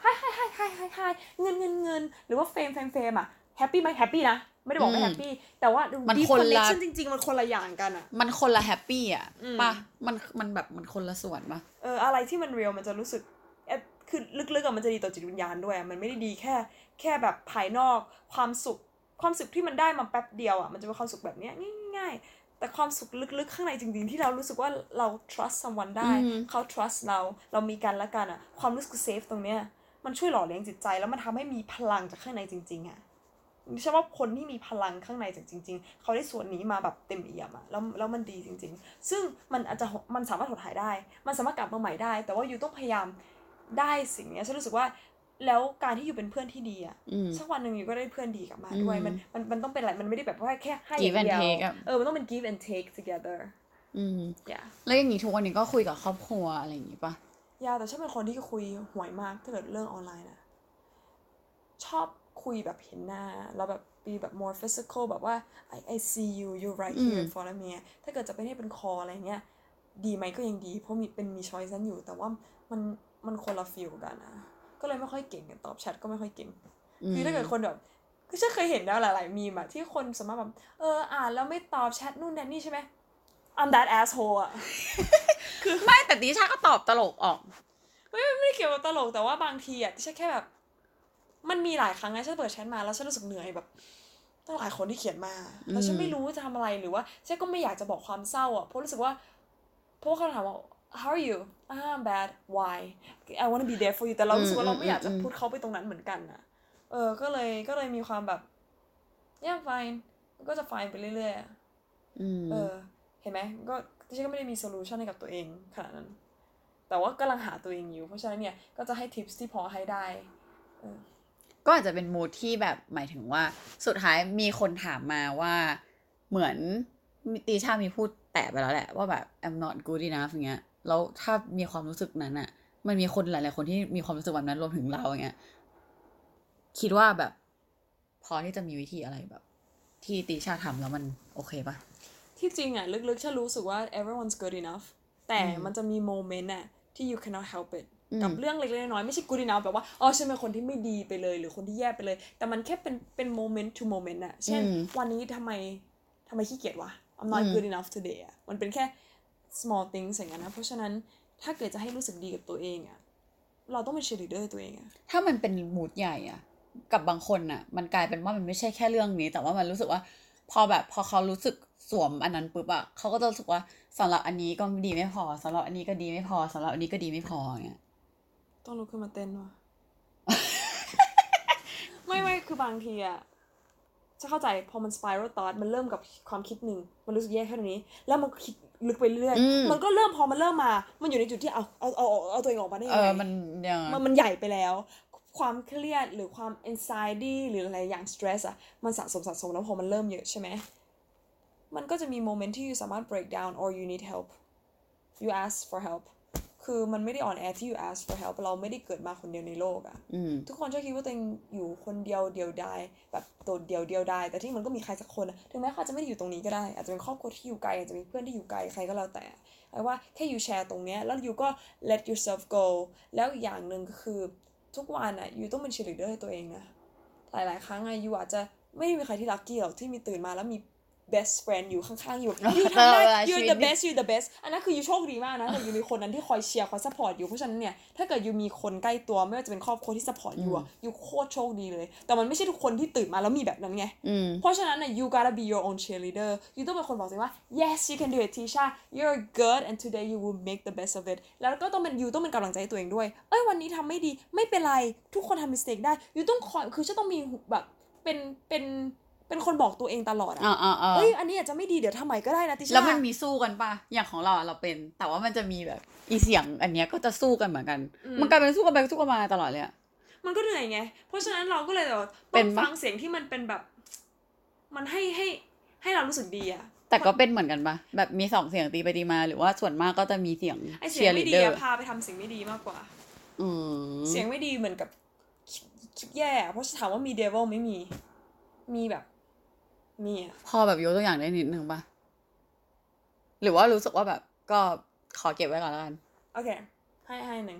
hi เงินหรือว่าเฟมอ่ะแฮปปี้ไหมแฮปปี้นะไม่ได้บอกไม่แฮปปี้แต่ว่า deep connection จริงๆมันคนละอย่างกันอ่ะมันคนละแฮปปี้อ่ะป่ะมันแบบมันคนละส่วนป่ะอะไรที่มัน real มันจะรู้สึกคือลึกๆมันจะดีต่อจิตวิญญาณด้วยมันไม่ได้ดีแค่แบบภายนอกความสุขที่มันได้มาแป๊บเดียวอ่ะมันจะเป็นความสุขแบบเนี้ยง่ายๆแต่ความสุขลึกๆข้างในจริงๆที่เรารู้สึกว่าเรา trust someone ได้เขา trust เรามีกันและกันอ่ะความรู้สึก safe ตรงเนี้ยมันช่วยหล่อเลี้ยงจิตใจแล้วมันทำให้มีพลังจากข้างในจริงๆอ่ะดิฉันว่าคนที่มีพลังข้างในจากจริงๆเขาได้ส่วนนี้มาแบบเต็มเอี่ยมอ่ะแล้วมันดีจริงๆซึ่งมันสามารถถดหายได้มันสามารถกลับมาใหม่ได้แต่ว่าอยู่ต้องพยายามได้สิ่งนี้ฉันรู้สึกว่าแล้วการที่อยู่เป็นเพื่อนที่ดีอ่ะสักวันหนึ่งอยู่ก็ได้เพื่อนดีกลับมาด้วยมันต้องเป็นอะไรมันไม่ได้แบบว่าแค่ให้อย่างเดียวมันต้องเป็น give and take together แล้วอย่างนี้ทุกวันนี้ก็คุยกับครอบครัวอะไรอย่างนี้ป่ะแต่ฉันเป็นคนที่คุยห่วยมากถ้าเกิดเรื่องออนไลน์นะชอบคุยแบบเห็นหน้าแล้วแบบbe แบบ more physical แบบว่า I see you you're right here in front of me ถ้าเกิดจะเป็นให้เป็น call อะไรเงี้ยดีไหมก็ยังดีเพราะมี choice นั้นอยู่แต่ว่ามันคนละ feel กันนะก็เลยไม่ค่อยเก่งกันตอบแชทก็ไม่ค่อยเก่งคือถ้าเกิดคนแบบคือฉันเคยเห็นแล้วหลายๆมีมอะที่คนสามารถแบบอ่านแล้วไม่ตอบแชทนู่นนั่นนี่ใช่ไหม I'm that asshole อะคือไม่แต่ดิฉันก็ตอบตลกออกไม่ได้เกี่ยวกับตลกแต่ว่าบางทีอะดิฉันแค่แบบมันมีหลายครั้งนะฉันเปิดแชทมาแล้วฉันรู้สึกเหนื่อยแบบตั้งหลายคนที่เขียนมาแล้วฉันไม่รู้จะทำอะไรหรือว่าฉันก็ไม่อยากจะบอกความเศร้าอ่ะเพราะรู้สึกว่าเขาถามว่า how are you I'm bad why I want to be there for you แต่เรารู้สึกว่าเราไม่อยากจะพูดเขาไปตรงนั้นเหมือนกันนะก็เลยมีความแบบ yeah fine ก็จะ fine ไปเรื่อยๆเห็นไหมก็ฉันก็ไม่ได้มี solution ให้กับตัวเองขนาดนั้นแต่ว่ากำลังหาตัวเองอยู่เพราะฉะนั้นเนี่ยก็จะให้ tips ที่พอให้ได้ก็อาจจะเป็นมูดที่แบบหมายถึงว่าสุดท้ายมีคนถามมาว่าเหมือนตีชามีพูดแตะไปแล้วแหละว่าแบบ I'm not good enough อย่างเงี้ยแล้วถ้ามีความรู้สึกนั้นอ่ะมันมีคนหลายๆคนที่มีความรู้สึกแบบนั้นรวมถึงเราอย่างเงี้ยคิดว่าแบบพอที่จะมีวิธีอะไรแบบที่ตีชาทำแล้วมันโอเคปะที่จริงอ่ะลึกๆฉันรู้สึกว่า everyone's good enough แต่มันจะมีโมเมนต์อ่ะที่ you cannot help itกับเรื่องเล็กๆน้อยๆไม่ใช่ good enough แบบว่าฉันเป็นคนที่ไม่ดีไปเลยหรือคนที่แย่ไปเลยแต่มันแค่เป็น moment to moment อะเช่นวันนี้ทำไมทำไมขี้เกียจวะ I'm not good enough today อะมันเป็นแค่ small things อย่างนั้นนะเพราะฉะนั้นถ้าเกิดจะให้รู้สึกดีกับตัวเองอะเราต้องเป็น cheerleader ตัวเองอะถ้ามันเป็นมูดใหญ่อะกับบางคนอะมันกลายเป็นว่ามันไม่ใช่แค่เรื่องนี้แต่ว่ามันรู้สึกว่าพอเขารู้สึกสวมอันนั้นปุ๊บอะเขาก็จะรู้สึกว่าสำหรับอันนี้ก็ดีไม่พอสำหรับอันนี้ก็ดีไม่พอสำหรับอันนี้ก็ดีไม่พออย่างเงี้ยต้องลุกขึ้นมาเต้นว่ะ ไม่คือบางทีอะจะเข้าใจพอมัน spiral thought มันเริ่มกับความคิดหนึ่งมันรู้สึกแย่แค่นี้แล้วมันคิดลึกไปเรื่อยมันก็เริ่มพอมันเริ่มมามันอยู่ในจุดที่เอาตัวเองออกมาได้ยังไงมันใหญ่ไปแล้วความเครียดหรือความ anxiety หรืออะไรอย่าง stress อะมันสะสมแล้วพอมันเริ่มเยอะใช่ไหมมันก็จะมีโมเมนต์ที่ you สามารถ break down or you need help you ask for help คือมันไม่ได้อ่อนแอที่ you ask for help เราไม่ได้เกิดมาคนเดียวในโลกอะทุกคนชอบคิดว่าตัวเองอยู่คนเดียวดายแบบโดดเดียวดายแต่ที่มันก็มีใครสักคนถึงแม้เขาจะไม่ได้อยู่ตรงนี้ก็ได้อาจจะเป็นครอบครัวที่อยู่ไกลอาจจะมีเพื่อนที่อยู่ไกลใครก็แล้วแต่ว่าแค่ you share ตรงเนี้ยแล้ว you ก็ let yourself go แล้วอีกอย่างหนึ่งก็คือทุกวันอะ you ต้องเป็น cheerleader ให้ตัวเองนะหลายๆครั้งอะ you อาจจะไม่มีใครที่ lucky หรอกที่มีตื่นมาแล้วมีbest friend อยู่ข้างๆอยู่ you ทำได้ you're the best อันนั้นคือ you โชคดีมากนะแต่ you มีคนนั้นที่คอยเชียร์คอย support อยู่เพราะฉะนั้นเนี่ยถ้าเกิด you มีคนใกล้ตัวไม่ว่าจะเป็นครอบครัวที่ support you you โคตรโชคดีเลยแต่มันไม่ใช่ทุกคนที่ตื่นมาแล้วมีแบบนั้นไงเพราะฉะนั้นเนี่ย you gotta be your own cheerleader you ต้องเป็นคนบอกตัวเองว่า yes you can do it Tisha you're good and today you will make the best of it แล้วก็ต้องเป็น you ต้องเป็นกำลังใจให้ตัวเองด้วยวันนี้ทำไม่ดีไม่เป็นไรทุกคนทำ mistake ได้ you ต้องคอยคือจะต้องมีแบบเป็นคนบอกตัวเองตลอดอันนี้อาจจะไม่ดีเดี๋ยวทำใหม่ก็ได้นะติชาแล้วมันมีสู้กันป่ะอย่างของเราเราเป็นแต่ว่ามันจะมีแบบอีเสียงอันเนี้ยก็จะสู้กันเหมือนกันมันกลายเป็นสู้กันไปสู้กันมาตลอดเลยมันก็เหนื่อยไงเพราะฉะนั้นเราก็เลยต้องฟังเสียงที่มันเป็นแบบมันให้เรารู้สึกดีอะแต่ก็เป็นเหมือนกันป่ะแบบมี2เสียงตีไปตีมาหรือว่าส่วนมากก็จะมีเสียงเชียร์ลีดเดอร์พาไปทำสิ่งไม่ดีมากกว่าเสียงไม่ดีเหมือนกับคิดแย่เพราะถามว่ามีเดวิลไม่มีแบบมีพอแบบยกตัวอย่างได้นิดนึงป่ะหรือว่ารู้สึกว่าแบบก็ขอเก็บไว้ก่อนแล้วกันโอเคให้หนึ่ง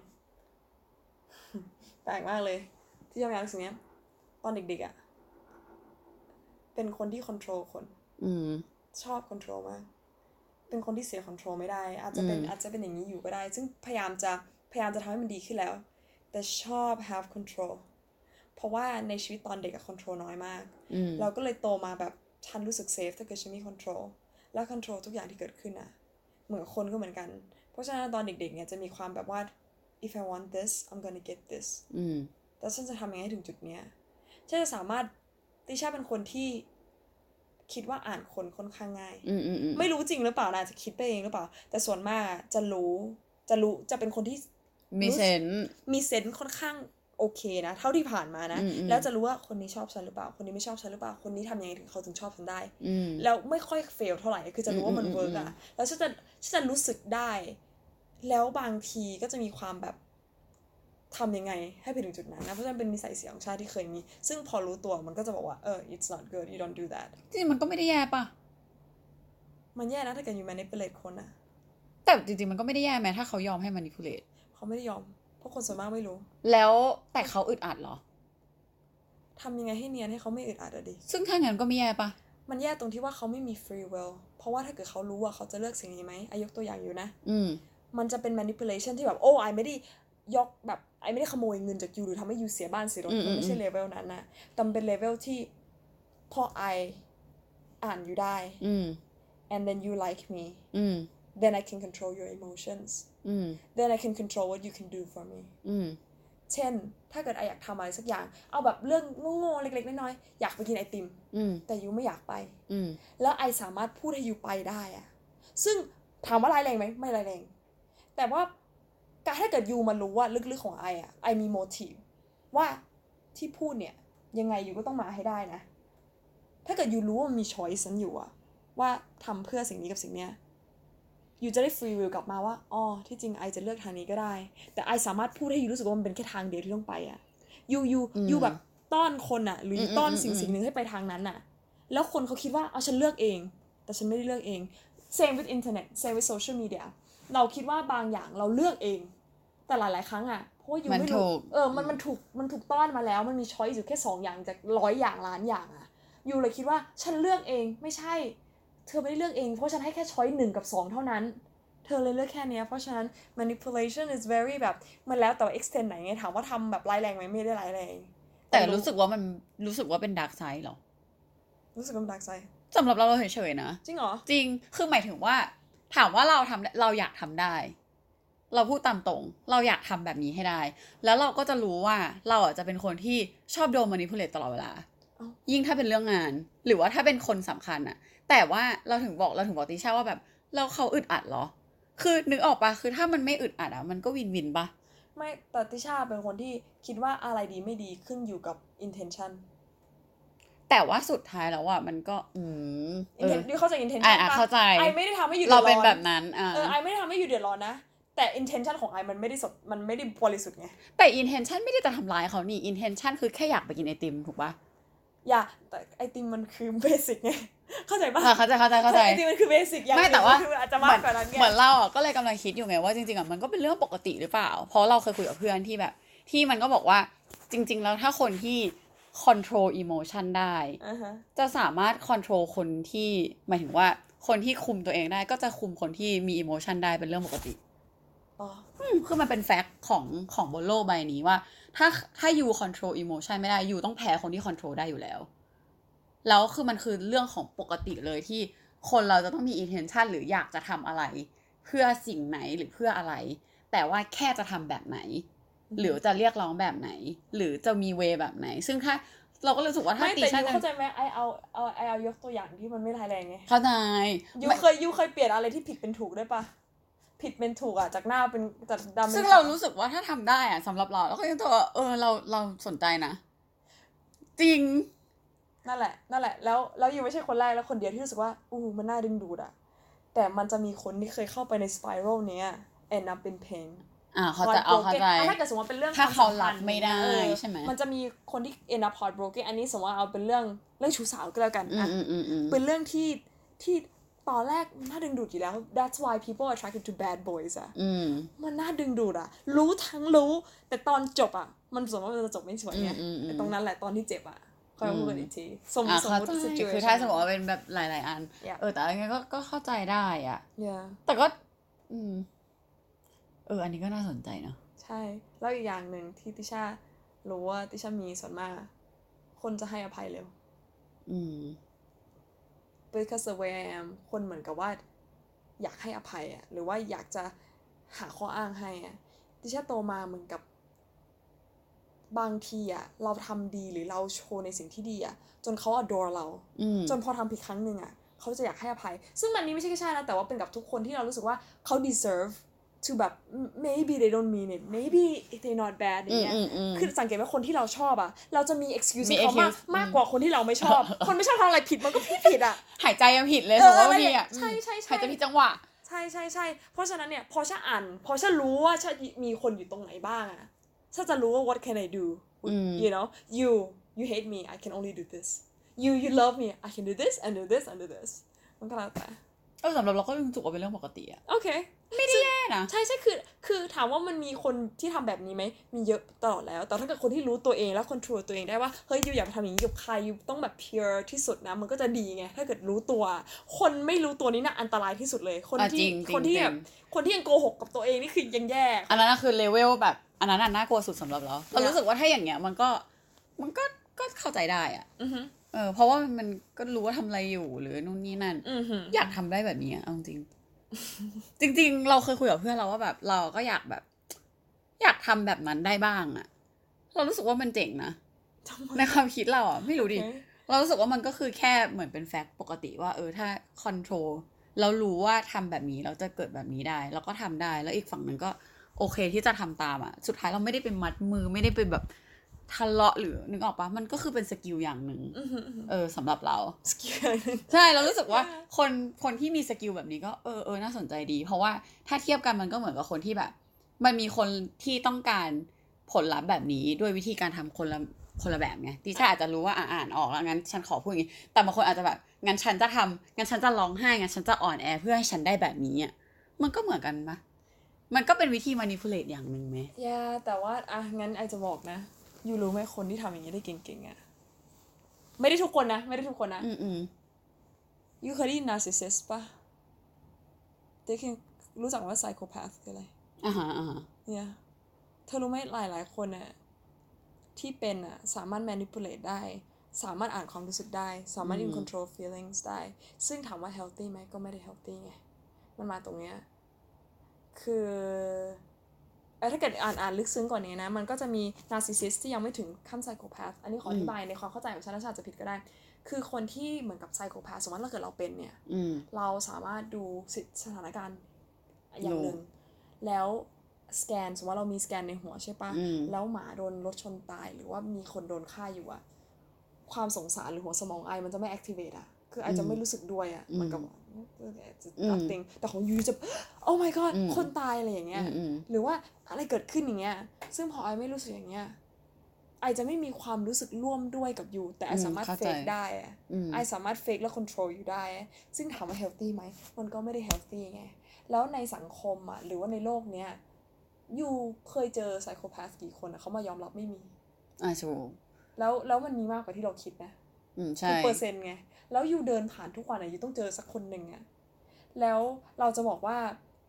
แปลกมากเลยที่ยอมรับสิ่งนี้ตอนเด็กๆอ่ะเป็นคนที่ control คนชอบ control มากเป็นคนที่เสีย control ไม่ได้อาจจะเป็นอย่างนี้อยู่ก็ได้ซึ่งพยายามจะทำให้มันดีขึ้นแล้วแต่ชอบ have control เพราะว่าในชีวิตตอนเด็กอะ control น้อยมากเราก็เลยโตมาแบบฉันรู้สึกเซฟถ้าเกิดฉันมี control และ control ทุกอย่างที่เกิดขึ้นอะเหมือนคนก็เหมือนกันเพราะฉะนั้นตอนเด็กๆเนี่ยจะมีความแบบว่า if I want this I'm gonna get this แต่ฉันจะทำยังไงถึงจุดเนี้ยฉันจะสามารถติชาเป็นคนที่คิดว่าอ่านคนค่อนข้างง่ายไม่รู้จริงหรือเปล่านะจะคิดไปเองหรือเปล่าแต่ส่วนมากจะเป็นคนที่มีเซนส์ค่อนข้างโอเคนะเท่าที่ผ่านมานะแล้วจะรู้ว่าคนนี้ชอบฉันหรือเปล่าคนนี้ไม่ชอบฉันหรือเปล่าคนนี้ทำยังไงถึงเขาถึงชอบฉันได้แล้วไม่ค่อยเฟลเท่าไหร่คือจะรู้ว่ามันเวิร์กอะแล้วฉันจะรู้สึกได้แล้วบางทีก็จะมีความแบบทำยังไงให้ไปถึงจุดนั้นนะเพราะฉะนั้นเป็นนิสัยเสียของชาติที่เคยมีซึ่งพอรู้ตัวมันก็จะบอกว่าit's not good you don't do that จริงมันก็ไม่ได้แย่ป่ะมันแย่นะถ้าเกิด you manipulate คนอะแต่จริงๆมันก็ไม่ได้แย่แม้ถ้าเขายอมให้ manipulate เขาไม่ได้ยอมเพราะคนส่วนมากไม่รู้แล้วแต่เขาอึดอัดเหรอทำยังไงให้เนียนให้เขาไม่อึดอัดดิซึ่งถ้างั้นก็ไม่แย่ป่ะมันแย่ตรงที่ว่าเขาไม่มี free will เพราะว่าถ้าเกิดเขารู้ว่าเขาจะเลือกสิ่งนี้ไหมยกตัวอย่างอยู่นะมันจะเป็น manipulation ที่แบบไอไม่ได้ยกแบบไอไม่ได้ขโมยเงินจากยูหรือทำให้ยูเสียบ้านเสียรถมันไม่ใช่เลเวลนั้นนะแต่เป็นเลเวลที่พอไออ่านอยู่ได้ and then you like me then I can control your emotions then I can control what you can do for me เช่นถ้าเกิดไออยากทำอะไรสักอย่างเอาแบบเรื่องโง่ๆเล็กๆน้อยๆอยากไปกินไอติมแต่ยูไม่อยากไปแล้วไอสามารถพูดให้ยูไปได้อะซึ่งถามว่าร้ายแรงไหมไม่ร้ายแรงแต่ว่าการถ้าเกิดยูมารู้ว่าลึกๆของไออะไอมีโมทีฟว่าที่พูดเนี่ยยังไงยูก็ต้องมาให้ได้นะถ้าเกิดยูรู้ว่ามันมีช้อยส์นั้นอยู่อะว่าทำเพื่อสิ่งนี้กับสิ่งเนี้ยยูจะได้ฟรีวิลกลับมาว่าที่จริงไอจะเลือกทางนี้ก็ได้แต่ไอสามารถพูดให้ยูรู้สึกว่ามันเป็นแค่ทางเดียวที่ต้องไปอะยูแบบต้อนคนอะหรือต้อนสิ่งหนึ่งให้ไปทางนั้นอะแล้วคนเขาคิดว่าฉันเลือกเองแต่ฉันไม่ได้เลือกเอง same with internet same with social media เราคิดว่าบางอย่างเราเลือกเองแต่หลายๆครั้งอะเพราะว่ายูไม่รู้มันถูกต้อนมาแล้วมันมีช้อยส์อยู่แค่2อย่างจาก100อย่างล้านอย่างอะยูเลยคิดว่าฉันเลือกเองไม่ใช่เธอไม่ได้เลือกเองเพราะฉันให้แค่ช้อย1กับ2เท่านั้นเธอเลยเลือกแค่เนี้ยเพราะฉะนั้น manipulation is very แบบมันแล้วแต่ว่า extent ไหนไงถามว่าทำแบบร้ายแรงไหมไม่ได้ร้ายแรงแต่รู้สึกว่าเป็นดาร์กไซด์หรอรู้สึกว่ามัน dark side สำหรับเราเฉยๆนะจริงเหรอจริงคือหมายถึงว่าถามว่าเราอยากทำได้เราพูดตามตรงเราอยากทำแบบนี้ให้ได้แล้วเราก็จะรู้ว่าเราจะเป็นคนที่ชอบโดน manipulate ตลอดเวลายิ่งถ้าเป็นเรื่องงานหรือว่าถ้าเป็นคนสำคัญอะแต่ว่าเราถึงบอกติช่าว่าแบบเขาอึดอัดเหรอคือนึกออกปะคือถ้ามันไม่อึดอัดอะมันก็วินปะไม่แต่ติช่าเป็นคนที่คิดว่าอะไรดีไม่ดีขึ้นอยู่กับ intention แต่ว่าสุดท้ายแล้วอะมันก็นี่เข้าใจ intention เข้าใจไอไม่ได้ทำให้อยู่เดือดร้อนเราเป็นแบบนั้นไอไม่ได้ทำให้อยู่เดือดร้อนนะแต่ intention ของไอมันไม่ได้บริสุทธิ์ไงแต่ intention ไม่ได้จะทำร้ายเขานี่ intention คือแค่อยากไปกินไอติมถูกปะแต่ไอติมมันคือเบสิกไงเข้าใจปะเข้าใจไอติมมันคือเบสิกอย่างไม่แต่ว่าคืออาจจะมากกว่านั้นไงเหมือนเราก็เลยกำลังคิดอยู่ไงว่าจริงๆมันก็เป็นเรื่องปกติหรือเปล่าเพราะเราเคยคุยกับเพื่อนที่แบบที่มันก็บอกว่าจริงๆแล้วถ้าคนที่ control emotion ได้จะสามารถ control คนที่หมายถึงว่าคนที่คุมตัวเองได้ก็จะคุมคนที่มี emotion ได้เป็นเรื่องปกติคือมันเป็นแฟกต์ของบนโลกใบนี้ว่าถ้าyou control emotion ไม่ได้youต้องแพ้คนที่ control ได้อยู่แล้วคือมันคือเรื่องของปกติเลยที่คนเราจะต้องมี intention หรืออยากจะทำอะไรเพื่อสิ่งไหนหรือเพื่ออะไรแต่ว่าแค่จะทำแบบไหนหรือจะเรียกร้องแบบไหนหรือจะมีเวแบบไหนซึ่งถ้าเราก็รู้สึกว่าถ้าตีชั่นเข้าใจไหมไอเอายกตัวอย่างที่มันไม่ร้ายแรงไงเข้าใจยูเคยเปลี่ยนอะไรที่ผิดเป็นถูกได้ปะผิดเป็นถูกจากหน้าเป็นจากดำเป็นซึ่งเรารู้สึกว่าถ้าทำได้สำหรับเราแล้วก็ยังตัวเราสนใจนะจริงนั่นแหละแล้วยูไม่ใช่คนแรกแล้วคนเดียวที่รู้สึกว่ามันน่าดึงดูดแต่มันจะมีคนที่เคยเข้าไปในสไปรัลเนี้ย end up เป็น pain เขาจะเข้าใจถ้าเกิดสมมติเป็นเรื่องถ้าเขารับไม่ได้ใช่ไหมมันจะมีคนที่ end up heartbroken อันนี้สมมติว่าเอาเป็นเรื่องชู้สาวก็แล้วกันเป็นเรื่องที่ตอนแรกมันน่าดึงดูดอยู่แล้ว that's why people are attracted to bad boys มันน่าดึงดูดรู้แต่ตอนจบมันสมมติว่ามันจะจบไม่สวยไงแต่ตรงนั้นแหละตอนที่เจ็บค่อยมาพูดกันอีกทีสมมติคือถ้าสมมติว่าเป็นแบบหลายๆอันแต่อะไรเงี้ยก็เข้าใจได้แต่ก็อันนี้ก็น่าสนใจเนาะใช่แล้วอีกอย่างหนึ่งที่ติช่ารู้ว่าติช่ามีส่วนมากคนจะให้อภัยเร็วbecause the way I am คนเหมือนกับว่าอยากให้อภัยหรือว่าอยากจะหาข้ออ้างให้ติช่าโตมาเหมือนกับบางทีเราทำดีหรือเราโชว์ในสิ่งที่ดีจนเขาadoreเราจนพอทำผิดครั้งหนึ่งเขาจะอยากให้อภัยซึ่งมันนี้ไม่ใช่แค่นะแต่ว่าเป็นกับทุกคนที่เรารู้สึกว่าเขา deserve to แบบ maybe they don't mean it maybe they're not bad อย่างเงี้ยคือสังเกตว่าคนที่เราชอบเราจะมี excuse ให้เขามากกว่าคนที่เราไม่ชอบคนไม่ชอบทำอะไรผิดมันก็ผิดหายใจยังผิดเลยเพราะว่าพี่ใช่หายใจผิดจังหวะใช่เพราะฉะนั้นเนี่ยพอฉันอ่านพอฉันรู้ว่าฉันมีคนอยู่ตรงไหนบ้างฉันจะรู้ว่า what can I do you know you hate me I can only do this you love me I can do this and do this and do this มันก็แล้วแต่สำหรับเราก็รู้สึกว่าเป็นเรื่องปกติโอเคไม่ได้แย่นะใช่คือถามว่ามันมีคนที่ทำแบบนี้ไหมมีเยอะตลอดแล้วแต่ถ้าเกิดคนที่รู้ตัวเองแล้วคอนโทรลตัวเองได้ว่าเฮ้ยยูอย่าทำอย่างนี้กับใครยูต้องแบบ pure ที่สุดนะมันก็จะดีไงถ้าเกิดรู้ตัวคนไม่รู้ตัวนี้น่ะอันตรายที่สุดเลยคนที่แบบคนที่ยังโกหกกับตัวเองนี่คือยังแย่อันนั้นคือเลเวลแบบอันนั้นน่ากลัวสุดสำหรับเรารู้สึกว่าถ้าอย่างเงี้ยมันก็เข้าใจได้เพราะว่ามันก็รู้ว่าทำอะไรอยู่หรือนู่นนี่นั่นอยากทำได้แบบนี้เอาจริงจริงเราเคยคุยกับเพื่อนเราว่าแบบเราก็อยากทำแบบนั้นได้บ้างเรารู้สึกว่ามันเจ๋งนะในความคิดเราไม่รู้ดิเรารู้สึกว่ามันก็คือแค่เหมือนเป็นแฟกต์ปกติว่าถ้าคอนโทรลเรารู้ว่าทำแบบนี้เราจะเกิดแบบนี้ได้เราก็ทำได้แล้วอีกฝั่งนึงก็โอเคที่จะทำตามสุดท้ายเราไม่ได้เป็นมัดมือไม่ได้เป็นแบบทะเลาะหรือนึกออกปะมันก็คือเป็นสกิลอย่างหนึ่งสำหรับเราสกิลใช่เรารู้สึกว่าคนที่มีสกิลแบบนี้ก็น่าสนใจดีเพราะว่าถ้าเทียบกันมันก็เหมือนกับคนที่แบบมันมีคนที่ต้องการผลลัพธ์แบบนี้ด้วยวิธีการทำคนละแบบไงดิฉันอาจจะรู้ว่าอ่านออกแล้วงั้นฉันขอพูดอย่างนี้แต่บางคนอาจจะแบบงั้นฉันจะร้องไห้งั้นฉันจะอ่อนแอเพื่อให้ฉันได้แบบนี้มันก็เหมือนกันปะมันก็เป็นวิธี manipulate อย่างนึงไหมแต่ว่างั้นไอจะบอกนะยูรู้ไหมคนที่ทำอย่างนี้ได้เก่งๆไม่ได้ทุกคนนะยูเคยได้ยิน narcissist ป่ะเด็กรู้จักว่า psychopath คืออะไรเนี่ยเธอรู้ไหมหลายๆคนน่ะที่เป็นอ่ะสามารถ manipulate ได้สามารถอ่านความรู้สึกได้สามารถ in control feelings ได้ซึ่งถามว่า healthy ไหมก็ไม่ได้ healthy ไงมันมาตรงเนี้ยคือถ้าเกิดอ่านลึกซึ้งกว่านี้นะมันก็จะมี narcissist ที่ยังไม่ถึงขั้น psychopath อันนี้ขออธิบายในความเข้าใจของฉันอาจจะผิดก็ได้คือคนที่เหมือนกับ psychopath สมมติถ้าเกิดเราเป็นเนี่ยเราสามารถดูสถานการณ์อย่างหนึ่งแล้วสแกนสมมติว่าเรามีสแกนในหัวใช่ปะแล้วหมาโดนรถชนตายหรือว่ามีคนโดนฆ่าอยู่อะความสงสารหรือหัวสมองไอมันจะไม่ activate อะคือไอจะไม่รู้สึกด้วยอะมันกับnothing แต่ของยูจะ oh my god คนตายอะไรอย่างเงี้ยหรือว่าอะไรเกิดขึ้นอย่างเงี้ยซึ่งพอไอไม่รู้สึกอย่างเงี้ยไอจะไม่มีความรู้สึกร่วมด้วยกับยูแต่ไอสามารถเฟกได้ไอสามารถเฟกและ control อยู่ได้ซึ่งถามว่า healthy ไหมมันก็ไม่ได้ healthy ไงแล้วในสังคมอ่ะหรือว่าในโลกเนี้ยยูเคยเจอไซโคแพธกี่คนอ่ะเขามายอมรับไม่มีถูกแล้วมันมีมากกว่าที่เราคิดนะใช่เปอร์เซ็นต์ไงแล้วยูเดินผ่านทุกวันอ่ะยูต้องเจอสักคนหนึ่งอ่ะแล้วเราจะบอกว่า